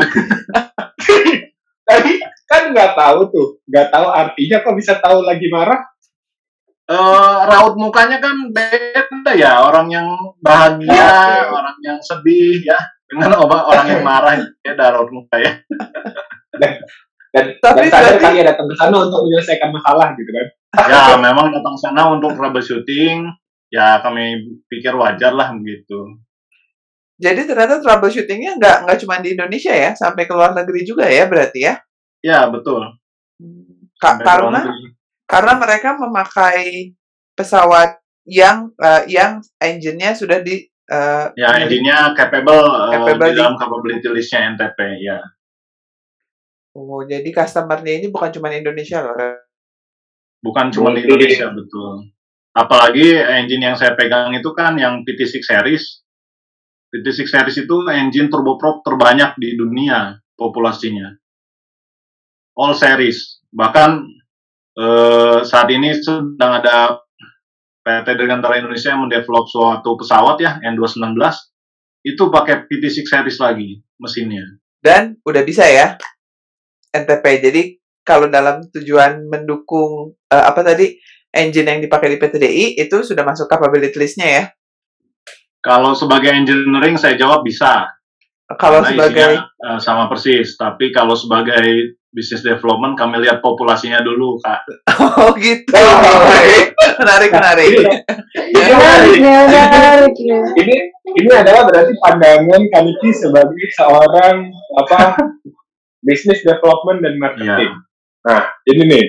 S3: Tapi kan nggak tahu tuh, nggak tahu artinya, kok bisa tahu lagi marah?
S6: Uh, raut mukanya kan beda ya, orang yang bahagia, oh, orang yang sedih ya, dengan orang yang marah beda raut muka ya.
S3: Dan, dan, Tapi dan sadar kali ya datang ke sana untuk menyelesaikan masalah gitu kan?
S6: Ya memang datang sana untuk troubleshooting. Ya kami pikir wajar lah begitu.
S4: Jadi ternyata troubleshootingnya nggak nggak cuma di Indonesia ya, sampai ke luar negeri juga ya berarti ya?
S6: Ya betul.
S4: Ka karena karena mereka memakai pesawat yang uh, yang engine-nya sudah di uh,
S6: ya engine-nya capable,
S4: capable
S6: uh, di dalam capability list-nya N T P ya.
S4: Oh jadi customer-nya ini bukan cuma Indonesia loh?
S6: Bukan cuma di Indonesia, betul. Apalagi engine yang saya pegang itu kan yang P T enam series. P T enam series itu engine turboprop terbanyak di dunia populasinya. All series. Bahkan eh, saat ini sedang ada P T Dirgantara Indonesia yang mendevelop suatu pesawat ya, N dua sembilan belas. Itu pakai P T enam series lagi mesinnya.
S4: Dan udah bisa ya N T P. Jadi kalau dalam tujuan mendukung uh, apa tadi engine yang dipakai di P T D I itu sudah masuk capability list-nya ya?
S6: Kalau sebagai engineering saya jawab bisa.
S4: Kalau sebagai
S6: uh, sama persis, tapi kalau sebagai business development kami lihat populasinya dulu, Kak.
S4: Oh gitu. Menarik, menarik.
S3: Menarik, menarik. Ini ini adalah berarti pandangan Kaniki sebagai seorang apa business development dan marketing. Ya. Nah, ini nih.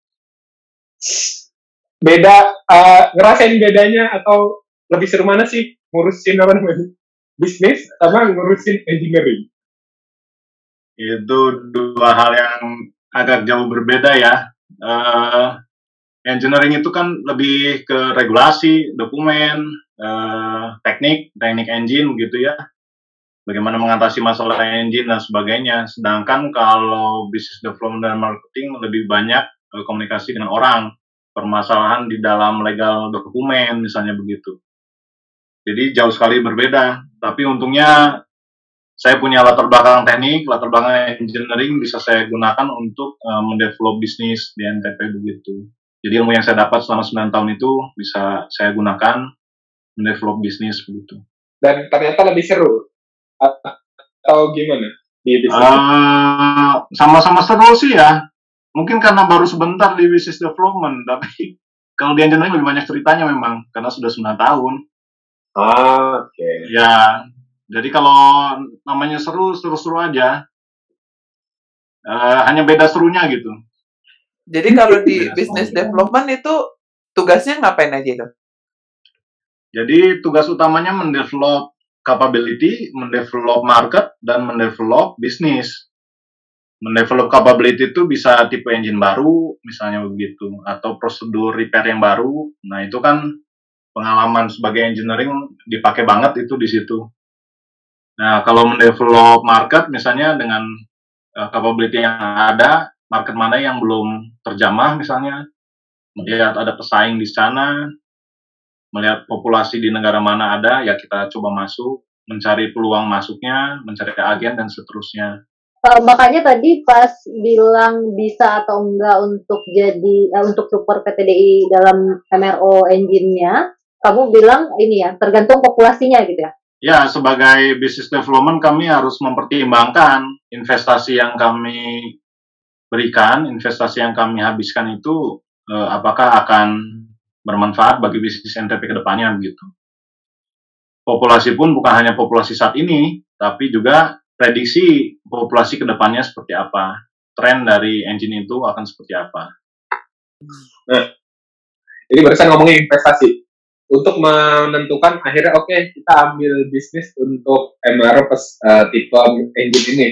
S3: Beda, uh, ngerasain bedanya atau lebih seru mana sih ngurusin apa namanya bisnis sama ngurusin engineering?
S6: Itu dua hal yang agak jauh berbeda ya. Uh, engineering itu kan lebih ke regulasi, dokumen, uh, teknik, teknik engine gitu ya. Bagaimana mengatasi masalah engine dan sebagainya. Sedangkan kalau business development dan marketing lebih banyak uh, komunikasi dengan orang. Permasalahan di dalam legal dokumen misalnya begitu. Jadi jauh sekali berbeda. Tapi untungnya saya punya latar belakang teknik, latar belakang engineering bisa saya gunakan untuk uh, mendevelop bisnis di N T P begitu. Jadi ilmu yang saya dapat selama sembilan tahun itu bisa saya gunakan mendevelop bisnis begitu.
S3: Dan ternyata lebih seru atau gimana di bisnis?
S6: Uh, sama-sama seru sih ya. Mungkin karena baru sebentar di business development, tapi kalau di engineering lebih banyak ceritanya memang, karena sudah sembilan tahun.
S3: Ah, oke. Okay.
S6: Ya, jadi kalau namanya seru, seru-seru aja. Uh, hanya beda serunya gitu.
S4: Jadi kalau di business development itu tugasnya ngapain aja tuh?
S6: Jadi tugas utamanya mendevelop capability, mendevelop market, dan mendevelop bisnis. Mendevelop capability itu bisa tipe engine baru, misalnya begitu, atau prosedur repair yang baru. Nah, itu kan pengalaman sebagai engineering dipakai banget itu di situ. Nah, kalau mendevelop market, misalnya dengan uh, capability yang ada, market mana yang belum terjamah misalnya, melihat ada pesaing di sana, melihat populasi di negara mana ada, ya kita coba masuk, mencari peluang masuknya, mencari agen, dan seterusnya.
S2: Uh, makanya tadi pas bilang bisa atau enggak untuk jadi uh, untuk support P T D I dalam M R O engine-nya, kamu bilang ini ya tergantung populasinya gitu ya?
S6: Ya, sebagai business development kami harus mempertimbangkan investasi yang kami berikan, investasi yang kami habiskan itu uh, apakah akan bermanfaat bagi bisnis N T P ke depannya begitu. Populasi pun bukan hanya populasi saat ini, tapi juga prediksi populasi ke depannya seperti apa. Tren dari engine itu akan seperti apa.
S3: Nah, jadi barusan ngomongin investasi. Untuk menentukan akhirnya oke okay, kita ambil bisnis untuk M R O uh, tipe engine ini.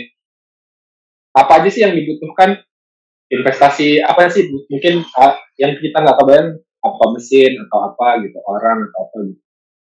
S3: Apa aja sih yang dibutuhkan? Investasi apa sih? Mungkin uh, yang kita nggak kebayang apa mesin atau apa gitu, orang atau apa gitu.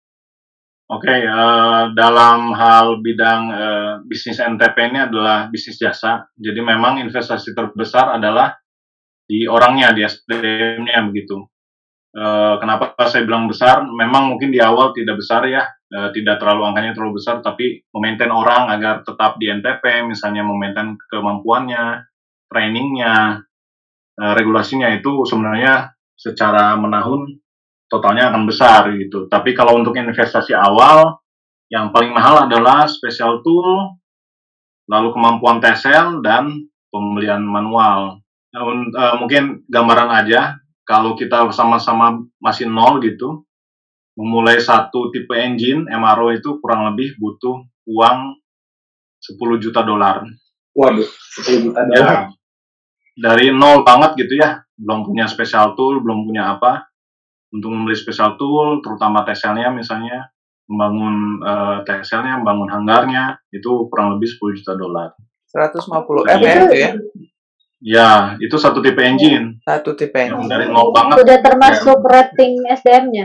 S6: Oke, okay, uh, dalam hal bidang uh, bisnis N T P ini adalah bisnis jasa. Jadi memang investasi terbesar adalah di orangnya, di S D M-nya begitu. Uh, kenapa saya bilang besar? Memang mungkin di awal tidak besar ya, uh, tidak terlalu angkanya terlalu besar, tapi memaintain orang agar tetap di N T P, misalnya memaintain kemampuannya, trainingnya, uh, regulasinya itu sebenarnya secara menahun totalnya akan besar gitu. Tapi kalau untuk investasi awal, yang paling mahal adalah special tool, lalu kemampuan T S L, dan pembelian manual. Nah, uh, mungkin gambaran aja, kalau kita sama-sama masih nol gitu, memulai satu tipe engine, M R O itu kurang lebih butuh uang sepuluh juta dolar.
S3: Waduh, sepuluh juta dolar.
S6: Ya, dari nol banget gitu ya, belum punya special tool, belum punya apa. Untuk membeli special tool, terutama T S L-nya misalnya, membangun uh, T S L-nya, membangun hanggarnya, itu kurang lebih sepuluh juta dolar.
S4: seratus lima puluh M itu ya?
S6: Ya, itu satu tipe engine.
S4: Satu tipe engine.
S6: Dari nol banget.
S2: Sudah termasuk ya. Rating S D M-nya?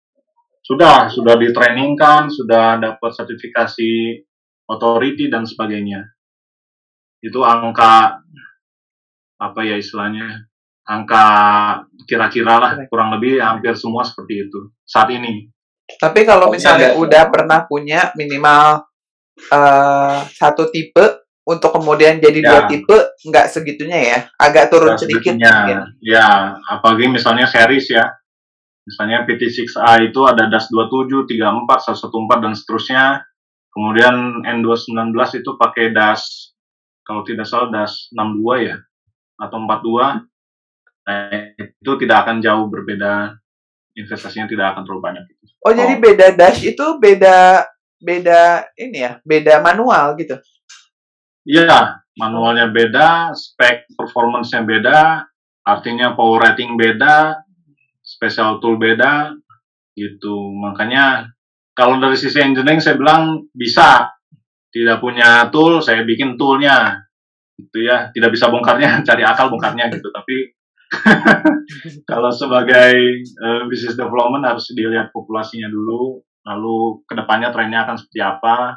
S6: Sudah, sudah di-trainingkan, sudah dapat sertifikasi authority dan sebagainya. Itu angka, apa ya istilahnya, angka kira-kira lah, kurang lebih hampir semua seperti itu saat ini.
S4: Tapi kalau misalnya oh, udah pernah punya minimal uh, satu tipe untuk kemudian jadi ya. dua tipe, nggak segitunya ya, agak turun nggak sedikit mungkin.
S6: Ya, apalagi misalnya series ya, misalnya P T enam A itu ada D A S dua puluh tujuh, tiga puluh empat, seratus empat belas dan seterusnya. Kemudian N dua sembilan belas itu pakai D A S, kalau tidak salah D A S enam puluh dua ya, atau empat puluh dua. Nah, itu tidak akan jauh berbeda, investasinya tidak akan terlalu banyak.
S4: Oh, oh. Jadi beda dash itu beda beda ini ya, beda manual gitu?
S6: Iya, manualnya beda, spek performance-nya beda, artinya power rating beda, special tool beda, gitu. Makanya kalau dari sisi engineering saya bilang bisa, tidak punya tool, saya bikin toolnya, gitu ya. Tidak bisa bongkarnya, cari akal bongkarnya gitu. Tapi kalau sebagai uh, business development harus dilihat populasinya dulu, lalu kedepannya trennya akan seperti apa,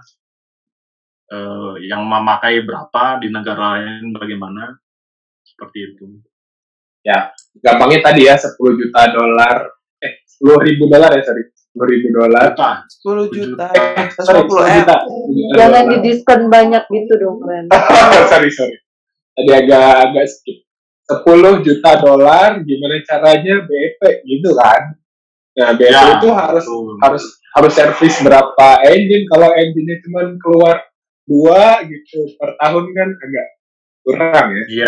S6: uh, yang memakai berapa di negara lain bagaimana, seperti itu.
S3: Ya, gampangnya tadi ya sepuluh juta dolar, eh sepuluh ribu dolar ya sorry, sepuluh ribu dolar.
S4: sepuluh juta,
S3: eh, sorry, sepuluh juta.
S2: Jangan di diskon banyak gitu dong, Ren.
S3: sorry sorry, tadi agak agak skip. sepuluh juta dolar, gimana caranya B E P gitu kan? Nah, B E P ya, itu harus betul. harus harus servis berapa engine? Kalau engine-nya cuma keluar dua gitu per tahun kan agak kurang ya.
S6: Iya.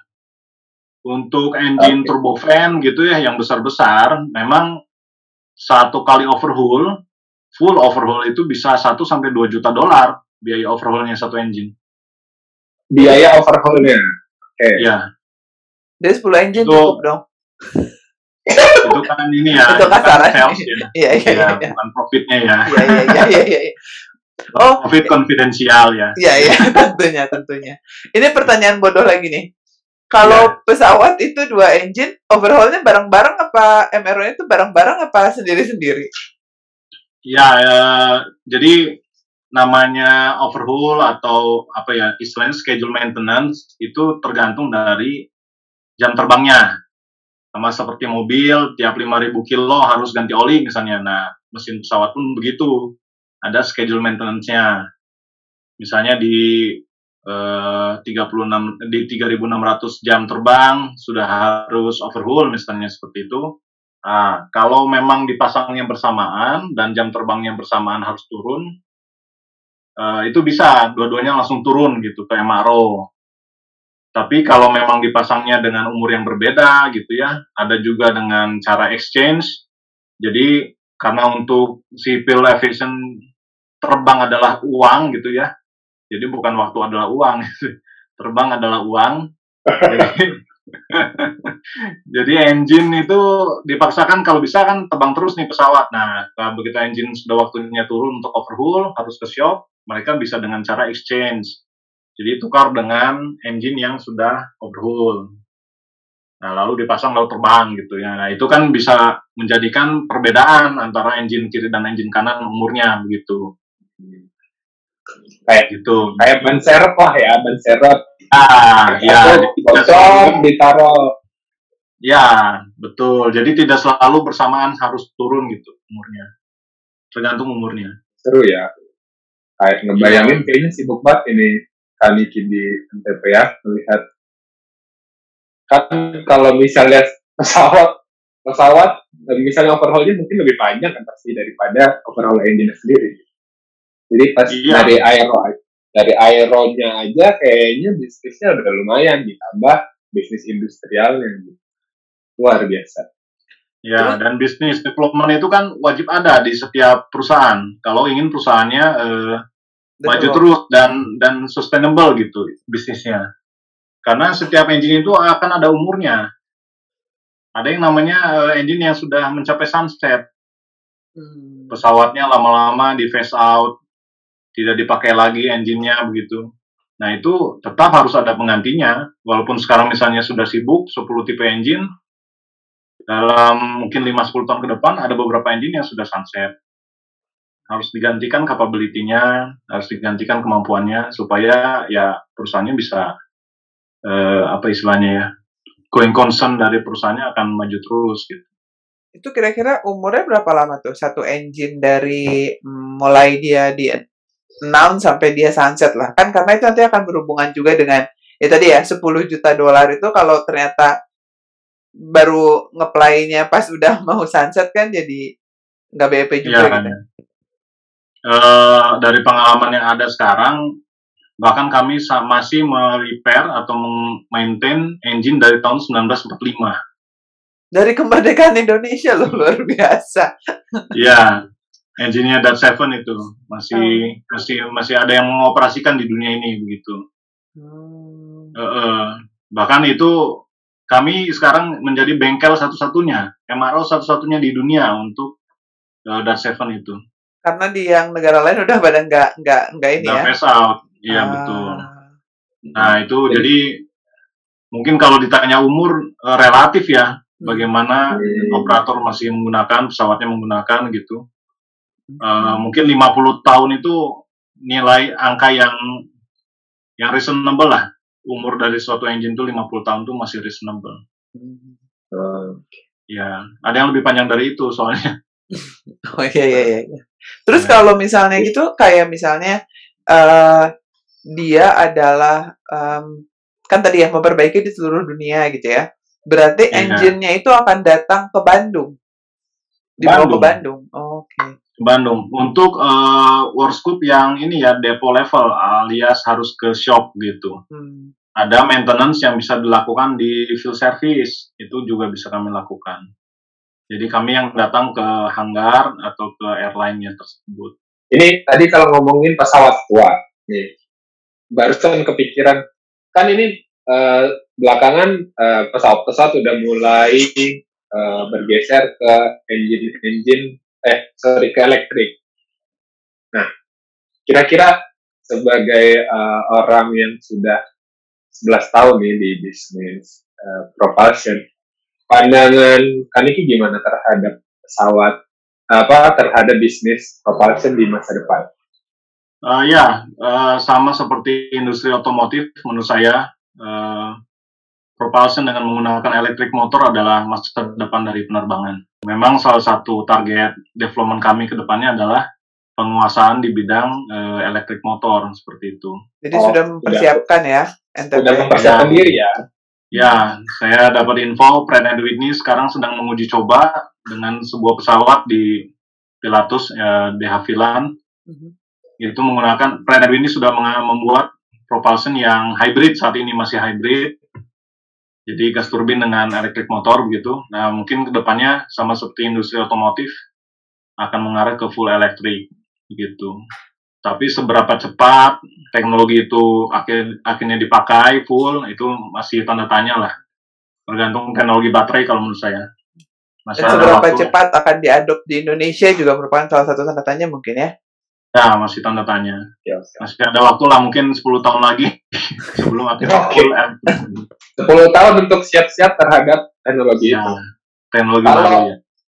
S6: Untuk engine okay. turbofan gitu ya, yang besar-besar, memang satu kali overhaul, full overhaul itu bisa satu sampai dua juta dolar biaya overhaulnya satu engine.
S3: Biaya overhaulnya. Oke. Okay.
S6: Iya.
S4: Jadi sepuluh engine itu, cukup dong.
S6: Itu kan ini ya.
S4: Itu kasaran.
S6: Sales ya.
S4: Iya, iya,
S6: ya,
S4: iya.
S6: Bukan profitnya ya.
S4: Iya, iya, iya, iya. iya.
S6: Oh, profit konfidensial ya.
S4: Iya, iya, tentunya, tentunya. Ini pertanyaan bodoh lagi nih. Kalau ya. pesawat itu dua engine, overhaulnya bareng-bareng apa M R O-nya itu bareng-bareng apa sendiri-sendiri?
S6: Ya, ya, jadi namanya overhaul atau apa ya, istilahnya schedule maintenance itu tergantung dari jam terbangnya. Sama seperti mobil, tiap lima ribu kilo harus ganti oli misalnya. Nah, mesin pesawat pun begitu. Ada schedule maintenance-nya. Misalnya di eh, tiga puluh enam di tiga ribu enam ratus jam terbang sudah harus overhaul misalnya seperti itu. Nah, kalau memang dipasangnya bersamaan dan jam terbangnya bersamaan harus turun, eh, itu bisa dua-duanya langsung turun gitu ke M R O. Tapi kalau memang dipasangnya dengan umur yang berbeda gitu ya, ada juga dengan cara exchange. Jadi karena untuk civil aviation terbang adalah uang gitu ya, jadi bukan waktu adalah uang, terbang adalah uang. Jadi, jadi engine itu dipaksakan kalau bisa kan terbang terus nih pesawat. Nah, kalau begitu engine sudah waktunya turun untuk overhaul, harus ke shop, mereka bisa dengan cara exchange. Jadi tukar dengan engine yang sudah overhaul. Nah, lalu dipasang lalu terbang gitu ya. Nah, itu kan bisa menjadikan perbedaan antara engine kiri dan engine kanan umurnya begitu.
S3: Kayak
S6: Gitu.
S3: kayak ban serep lah ya, ban serep.
S6: Ah, ya,
S3: Atau
S6: jadi tidak
S3: bocor,
S6: selalu,
S3: ditaruh.
S6: ya, betul. Jadi tidak selalu bersamaan harus turun gitu umurnya. Tergantung umurnya.
S3: Seru ya. Kayak ngebayangin kayaknya sibuk banget ini kali di N T P ya, melihat kan kalau misalnya pesawat pesawat misalnya overhaulnya mungkin lebih panjang kan pasti daripada overhaul engine sendiri. Jadi pas
S6: Iya.
S3: dari aero dari aeronya aja kayaknya bisnisnya udah lumayan, ditambah bisnis industrialnya gitu. Luar biasa.
S6: Ya, dan bisnis development itu kan wajib ada di setiap perusahaan. Kalau ingin perusahaannya eh, maju terus dan dan sustainable gitu bisnisnya. Karena setiap engine itu akan ada umurnya. Ada yang namanya uh, engine yang sudah mencapai sunset.
S4: Hmm.
S6: Pesawatnya lama-lama di phase out, tidak dipakai lagi engine-nya begitu. Nah, itu tetap harus ada penggantinya. Walaupun sekarang misalnya sudah sibuk sepuluh tipe engine, dalam mungkin lima sampai sepuluh tahun ke depan ada beberapa engine yang sudah sunset. Harus digantikan capability-nya, harus digantikan kemampuannya supaya ya perusahaannya bisa eh, apa istilahnya ya, going concern dari perusahaannya akan maju terus gitu.
S4: Itu kira-kira umurnya berapa lama tuh satu engine dari mm, mulai dia di announce sampai dia sunset lah kan, karena itu nanti akan berhubungan juga dengan ya tadi ya sepuluh juta dolar itu kalau ternyata baru ngeplay-nya pas udah mau sunset kan jadi nggak B E P juga
S6: Ya,
S4: gitu.
S6: eh, dari pengalaman yang ada sekarang, bahkan kami sa- masih merepair atau maintain engine dari tahun sembilan belas empat puluh lima.
S4: Dari kemerdekaan Indonesia loh, luar biasa.
S6: Iya, engine-nya Dat Seven itu masih masih masih ada yang mengoperasikan di dunia ini begitu.
S4: Hmm.
S6: Eh, eh, bahkan itu kami sekarang menjadi bengkel satu-satunya, M R O satu-satunya di dunia untuk uh, Dat Seven itu.
S4: Karena di yang negara lain udah pada nggak nggak nggak ini
S6: Udah
S4: ya.
S6: phase out, iya
S4: Ah.
S6: betul. Nah itu jadi mungkin kalau ditanya umur eh, relatif ya, bagaimana operator masih menggunakan pesawatnya menggunakan gitu. Eh, mungkin lima puluh tahun itu nilai angka yang yang reasonable lah. Umur dari suatu engine itu lima puluh tahun itu masih reasonable.
S3: Hmm.
S6: Ya, ada yang lebih panjang dari itu soalnya.
S4: Oh iya iya iya. Terus
S6: Ya.
S4: kalau misalnya gitu kayak misalnya eh dia adalah em, kan tadi ya memperbaiki di seluruh dunia gitu ya. Berarti
S6: Iya.
S4: engine-nya itu akan datang ke Bandung. Dibawa ke Bandung. Oke.
S6: Bandung. Untuk eh, workshop yang ini ya depo level alias harus ke shop gitu.
S4: Hmm.
S6: Ada maintenance yang bisa dilakukan di field service, itu juga bisa kami lakukan. Jadi kami yang datang ke hanggar atau ke airline-nya tersebut.
S3: Ini tadi kalau ngomongin pesawat tua, nih barusan kepikiran kan ini eh, belakangan eh, pesawat-pesawat udah mulai eh, bergeser ke engine-engine eh sorry ke elektrik. Nah, kira-kira sebagai uh, orang yang sudah sebelas tahun nih di bisnis uh, propulsion, pandangan Kaniki gimana terhadap pesawat apa terhadap bisnis propulsion di masa depan?
S6: Uh, ya, uh, sama seperti industri otomotif, menurut saya uh, propulsion dengan menggunakan electric motor adalah masa depan dari penerbangan. Memang salah satu target development kami ke depannya adalah penguasaan di bidang uh, elektrik motor seperti itu.
S4: Jadi
S3: Oh,
S4: sudah mempersiapkan ya N T P.
S3: Udah mempersiapkan
S6: Ya.
S3: diri ya.
S6: Ya, saya dapat info Pratt and Whitney sekarang sedang menguji coba dengan sebuah pesawat di Pilatus, ya, di Havilland.
S4: Mhm.
S6: Itu menggunakan, Pratt and Whitney sudah meng- membuat propulsion yang hybrid, saat ini masih hybrid. Jadi gas turbin dengan elektrik motor begitu. Nah, mungkin kedepannya sama seperti industri otomotif akan mengarah ke full elektrik begitu. Tapi seberapa cepat teknologi itu akhir, akhirnya dipakai full, itu masih tanda tanya lah. Tergantung teknologi baterai kalau menurut saya. Masih
S4: Dan
S6: ada
S4: seberapa
S6: waktu.
S4: cepat akan diadop di Indonesia juga merupakan salah satu tanda tanya mungkin ya.
S6: Ya, masih tanda tanya.
S3: Ya,
S6: Masih ada waktu lah, mungkin sepuluh tahun lagi sebelum akhirnya
S3: Oke.
S6: full elektrik.
S3: sepuluh tahun untuk siap-siap terhadap teknologi
S6: Ya,
S3: itu.
S6: teknologi
S3: Kalau-
S6: baru ya.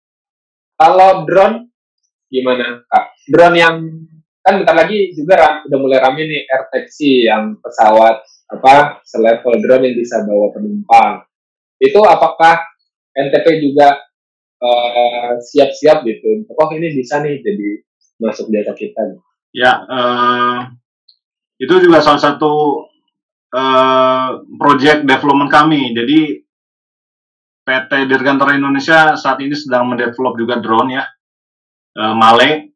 S3: Kalau drone gimana, Kak? Drone yang kan bentar lagi juga ram- udah mulai rame nih air taxi yang pesawat apa selevel drone yang bisa bawa penumpang. Itu apakah N T P juga eh, siap-siap gitu? Oh ini bisa nih jadi masuk jasa kita.
S6: Ya, eh, itu juga salah satu eh, project development kami. Jadi P T Dirgantara Indonesia saat ini sedang mendevelop juga drone ya, eh, Male,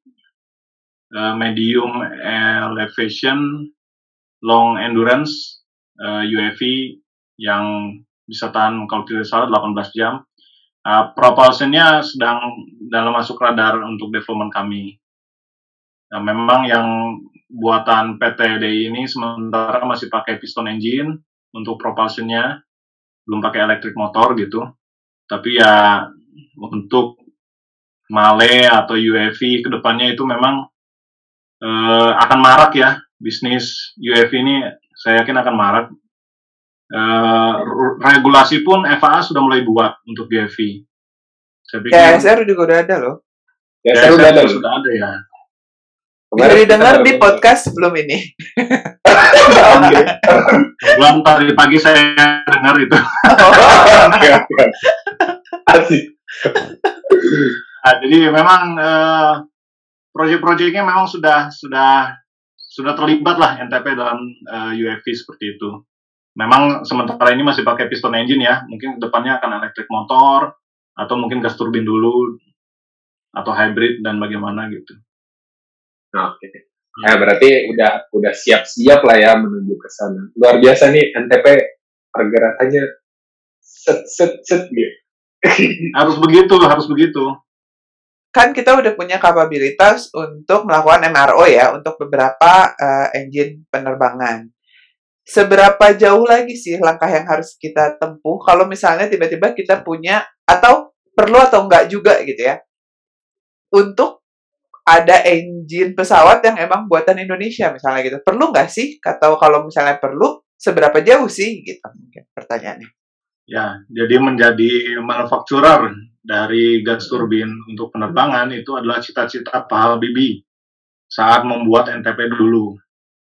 S6: eh, medium elevation, long endurance, eh, U A V yang bisa tahan kalau tidak salah delapan belas jam. Uh, propulsionnya sedang dalam masuk radar untuk development kami. Nah, memang yang buatan P T D I ini sementara masih pakai piston engine untuk propulsionnya, belum pakai electric motor gitu. Tapi ya untuk Male atau U A V kedepannya itu memang uh, akan marak ya, bisnis U A V ini saya yakin akan marak. Uh, regulasi pun F A A sudah mulai buat untuk U A V. Saya pikir
S4: K S R juga udah ada loh.
S3: Ya,
S6: ya,
S3: saya udah ada.
S6: sudah, sudah ada ya.
S4: Bisa
S3: Kemarin
S4: didengar
S3: kita
S4: di
S3: baru-
S4: podcast sebelum ini.
S3: Oke.
S6: Belum tadi pagi saya dengar itu.
S3: Oke, oke. Asik.
S6: Nah, jadi memang eh, proyek-proyeknya memang sudah sudah sudah terlibat lah N T P dalam eh, U A V seperti itu. Memang sementara ini masih pakai piston engine ya, mungkin depannya akan elektrik motor atau mungkin gas turbin dulu atau hybrid dan bagaimana gitu.
S3: Oke. Nah, berarti udah udah siap-siap lah ya menuju ke sana. Luar biasa nih N T P pergerakannya set set set gitu.
S6: Harus begitu, harus begitu.
S4: Kan kita udah punya kapabilitas untuk melakukan M R O ya untuk beberapa eh, engine penerbangan. Seberapa jauh lagi sih langkah yang harus kita tempuh kalau misalnya tiba-tiba kita punya atau perlu atau enggak juga gitu ya untuk ada engine pesawat yang emang buatan Indonesia misalnya gitu. Perlu nggak sih? Atau kalau misalnya perlu, seberapa jauh sih? Gitu mungkin pertanyaannya.
S6: Ya, jadi menjadi manufakturer dari gas turbin untuk penerbangan itu adalah cita-cita Pak Habibie saat membuat N T P dulu.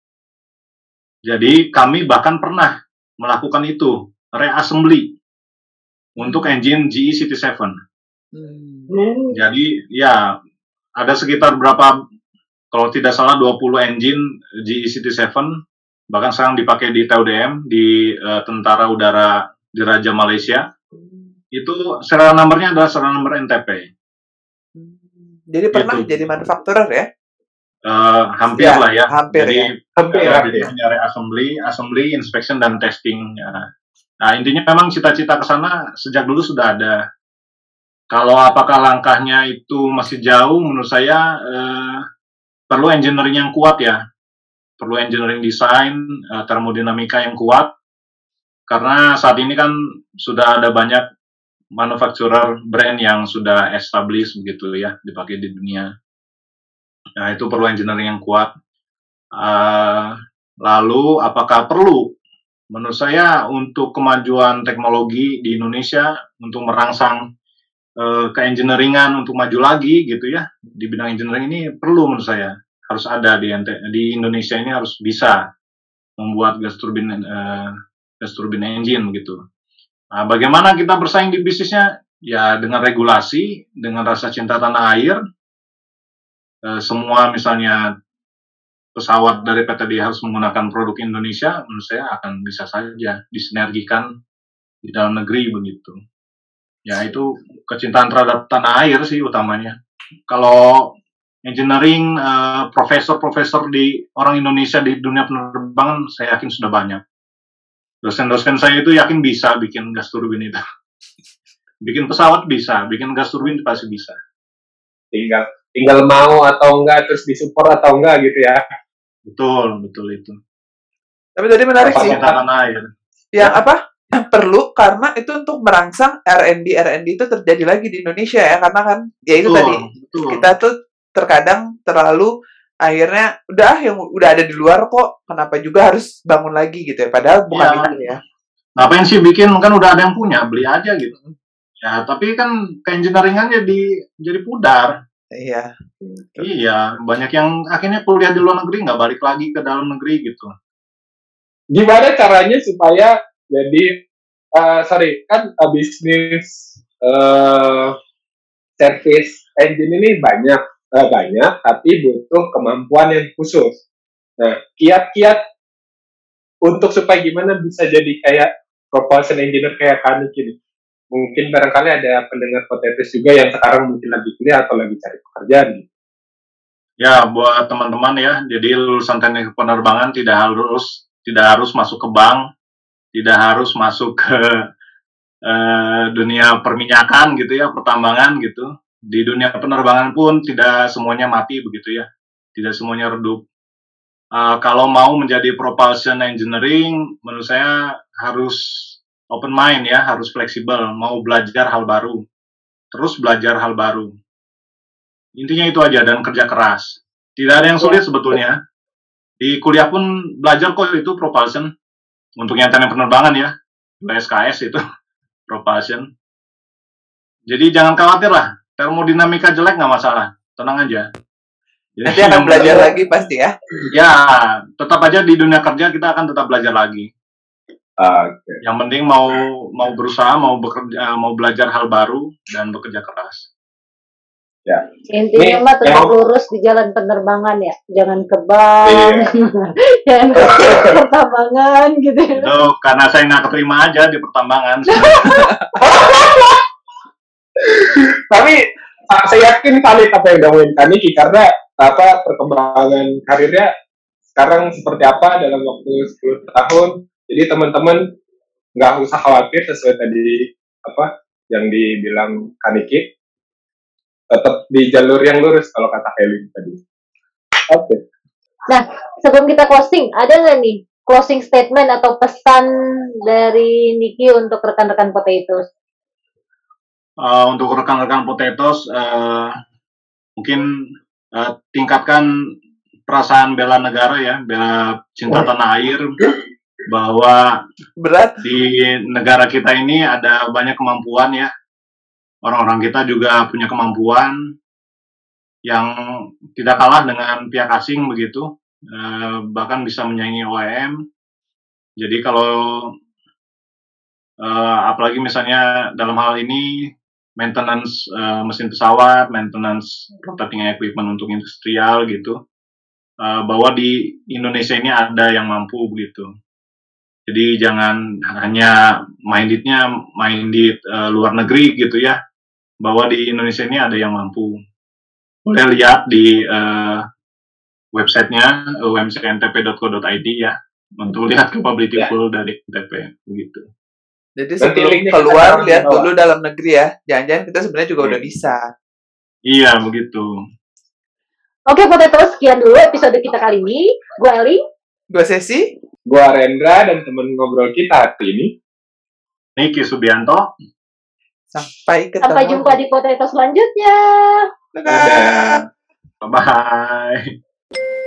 S6: Jadi kami bahkan pernah melakukan itu, reassembly untuk engine G E C T tujuh.
S4: Hmm.
S2: Hmm.
S6: Jadi ya ada sekitar berapa, kalau tidak salah dua puluh engine G E C T tujuh, bahkan sekarang dipakai di T U D M, di uh, Tentara Udara Diraja Malaysia. Itu serial numbernya adalah serial number N T P.
S4: Jadi pernah
S6: Gitu.
S4: jadi manufakturer ya?
S6: Uh, hampir
S4: Ya,
S6: lah ya.
S4: hampir
S6: Jadi
S4: ya.
S3: Hampir,
S6: uh,
S3: hampir.
S6: jadi punya assembly, assembly, inspection dan testing. Ya. Nah intinya memang cita-cita ke sana sejak dulu sudah ada. Kalau apakah langkahnya itu masih jauh, menurut saya uh, perlu engineering yang kuat ya. Perlu engineering design, uh, termodinamika yang kuat. Karena saat ini kan sudah ada banyak manufacturer brand yang sudah established begitu ya, dipakai di dunia. Nah, itu perlu engineering yang kuat. Uh, lalu, apakah perlu? Menurut saya, untuk kemajuan teknologi di Indonesia, untuk merangsang uh, ke-engineeringan, untuk maju lagi gitu ya, di bidang engineering ini perlu menurut saya. Harus ada di, di Indonesia ini, harus bisa membuat gas turbin, uh, gas turbin engine begitu. Nah, bagaimana kita bersaing di bisnisnya? Ya, dengan regulasi, dengan rasa cinta tanah air, eh, semua misalnya pesawat dari P T D I harus menggunakan produk Indonesia, menurut saya akan bisa saja disinergikan di dalam negeri begitu. Ya itu kecintaan terhadap tanah air sih utamanya. Kalau engineering, eh, profesor-profesor di orang Indonesia di dunia penerbangan, saya yakin sudah banyak. Dosen-dosen saya itu yakin bisa bikin gas turbin itu. Bikin pesawat bisa, bikin gas turbin pasti bisa.
S3: Tinggal tinggal mau atau enggak, terus disupport atau enggak gitu ya.
S6: Betul, betul itu.
S4: Tapi tadi menarik
S3: Apa
S4: sih.
S6: Cinta tanah air.
S4: Yang apa? Yang perlu karena itu untuk merangsang R and D R and D itu terjadi lagi di Indonesia ya, karena kan ya itu
S6: Betul,
S4: tadi
S6: betul.
S4: kita tuh terkadang terlalu akhirnya udah yang udah ada di luar kok, kenapa juga harus bangun lagi gitu ya, padahal bukan
S6: Iya.
S4: itu ya.
S6: Ngapain sih bikin, kan udah ada yang punya, beli aja gitu. Ya, tapi kan ke-engineering-an jadi jadi pudar.
S4: Iya.
S6: Iya, banyak yang akhirnya kuliah di luar negeri nggak balik lagi ke dalam negeri gitu.
S3: Gimana caranya supaya jadi eh, sorry kan eh, bisnis eh, service engine ini banyak eh, banyak tapi butuh kemampuan yang khusus. Nah, kiat-kiat untuk supaya gimana bisa jadi kayak propulsion engineer kayak Kanik ini. Mungkin barangkali ada pendengar Potetes juga yang sekarang mungkin lagi kuliah atau lagi cari pekerjaan.
S6: Ya, buat teman-teman ya, jadi lulusan teknik penerbangan tidak harus tidak harus masuk ke bank, tidak harus masuk ke eh, dunia perminyakan gitu ya, pertambangan gitu. Di dunia penerbangan pun tidak semuanya mati begitu ya, tidak semuanya redup. Uh, kalau mau menjadi propulsion engineering, menurut saya harus open mind ya, harus fleksibel, mau belajar hal baru, terus belajar hal baru. Intinya itu aja, dan kerja keras. Tidak ada yang sulit sebetulnya. Di kuliah pun belajar kok itu propulsion. Untuk yang teknik penerbangan ya, U S K S itu propulsion. Jadi jangan khawatir lah, termodinamika jelek nggak masalah, tenang aja. Jadi,
S4: Nanti akan belajar lagi pasti ya.
S6: Ya, tetap aja di dunia kerja kita akan tetap belajar lagi.
S3: Oke. Okay.
S6: Yang penting mau mau berusaha, mau bekerja, mau belajar hal baru dan bekerja keras.
S3: Ya.
S2: Intinya mah tetap
S3: yang...
S2: lurus di jalan penerbangan ya, jangan ke bank,
S3: yeah.
S2: jangan ke pertambangan gitu.
S6: Itu karena saya nggak keterima aja di pertambangan.
S3: Tapi saya yakin valid apa yang diomongin Kaniki karena apa perkembangan karirnya sekarang seperti apa dalam waktu sepuluh tahun. Jadi teman-teman nggak usah khawatir sesuai tadi apa yang dibilang Kaniki, tetap di jalur yang lurus kalau kata Helen tadi. Oke. Okay.
S2: Nah, sebelum kita closing, ada nggak nih closing statement atau pesan dari Niki untuk rekan-rekan Potatoes?
S6: Uh, untuk rekan-rekan Potatoes, uh, mungkin uh, tingkatkan perasaan bela negara ya, bela cinta tanah air, bahwa
S4: berat
S6: di negara kita ini ada banyak kemampuan ya, orang-orang kita juga punya kemampuan yang tidak kalah dengan pihak asing begitu, uh, bahkan bisa menyaingi O E M. Jadi kalau uh, apalagi misalnya dalam hal ini maintenance uh, mesin pesawat, maintenance rotating equipment untuk industrial gitu, uh, bahwa di Indonesia ini ada yang mampu begitu. Jadi jangan hanya mindednya minded uh, luar negeri gitu ya, bahwa di Indonesia ini ada yang mampu. Boleh lihat di uh, websitenya u m c n t p dot co dot i d ya, untuk lihat capability
S3: ya.
S6: full dari N T P begitu.
S4: Jadi sebelum keluar lihat dulu dalam negeri ya. Jangan-jangan kita sebenarnya juga hmm. udah bisa.
S6: Iya, begitu.
S2: Oke, Potatoes, sekian dulu episode kita kali ini. Gue Eli.
S4: Gue Sesi.
S3: Gue Rendra dan teman ngobrol kita hari ini
S6: Niki Subianto.
S4: Sampai ketemu.
S2: Sampai jumpa di Potatoes selanjutnya.
S4: Dadah.
S6: Bye-bye.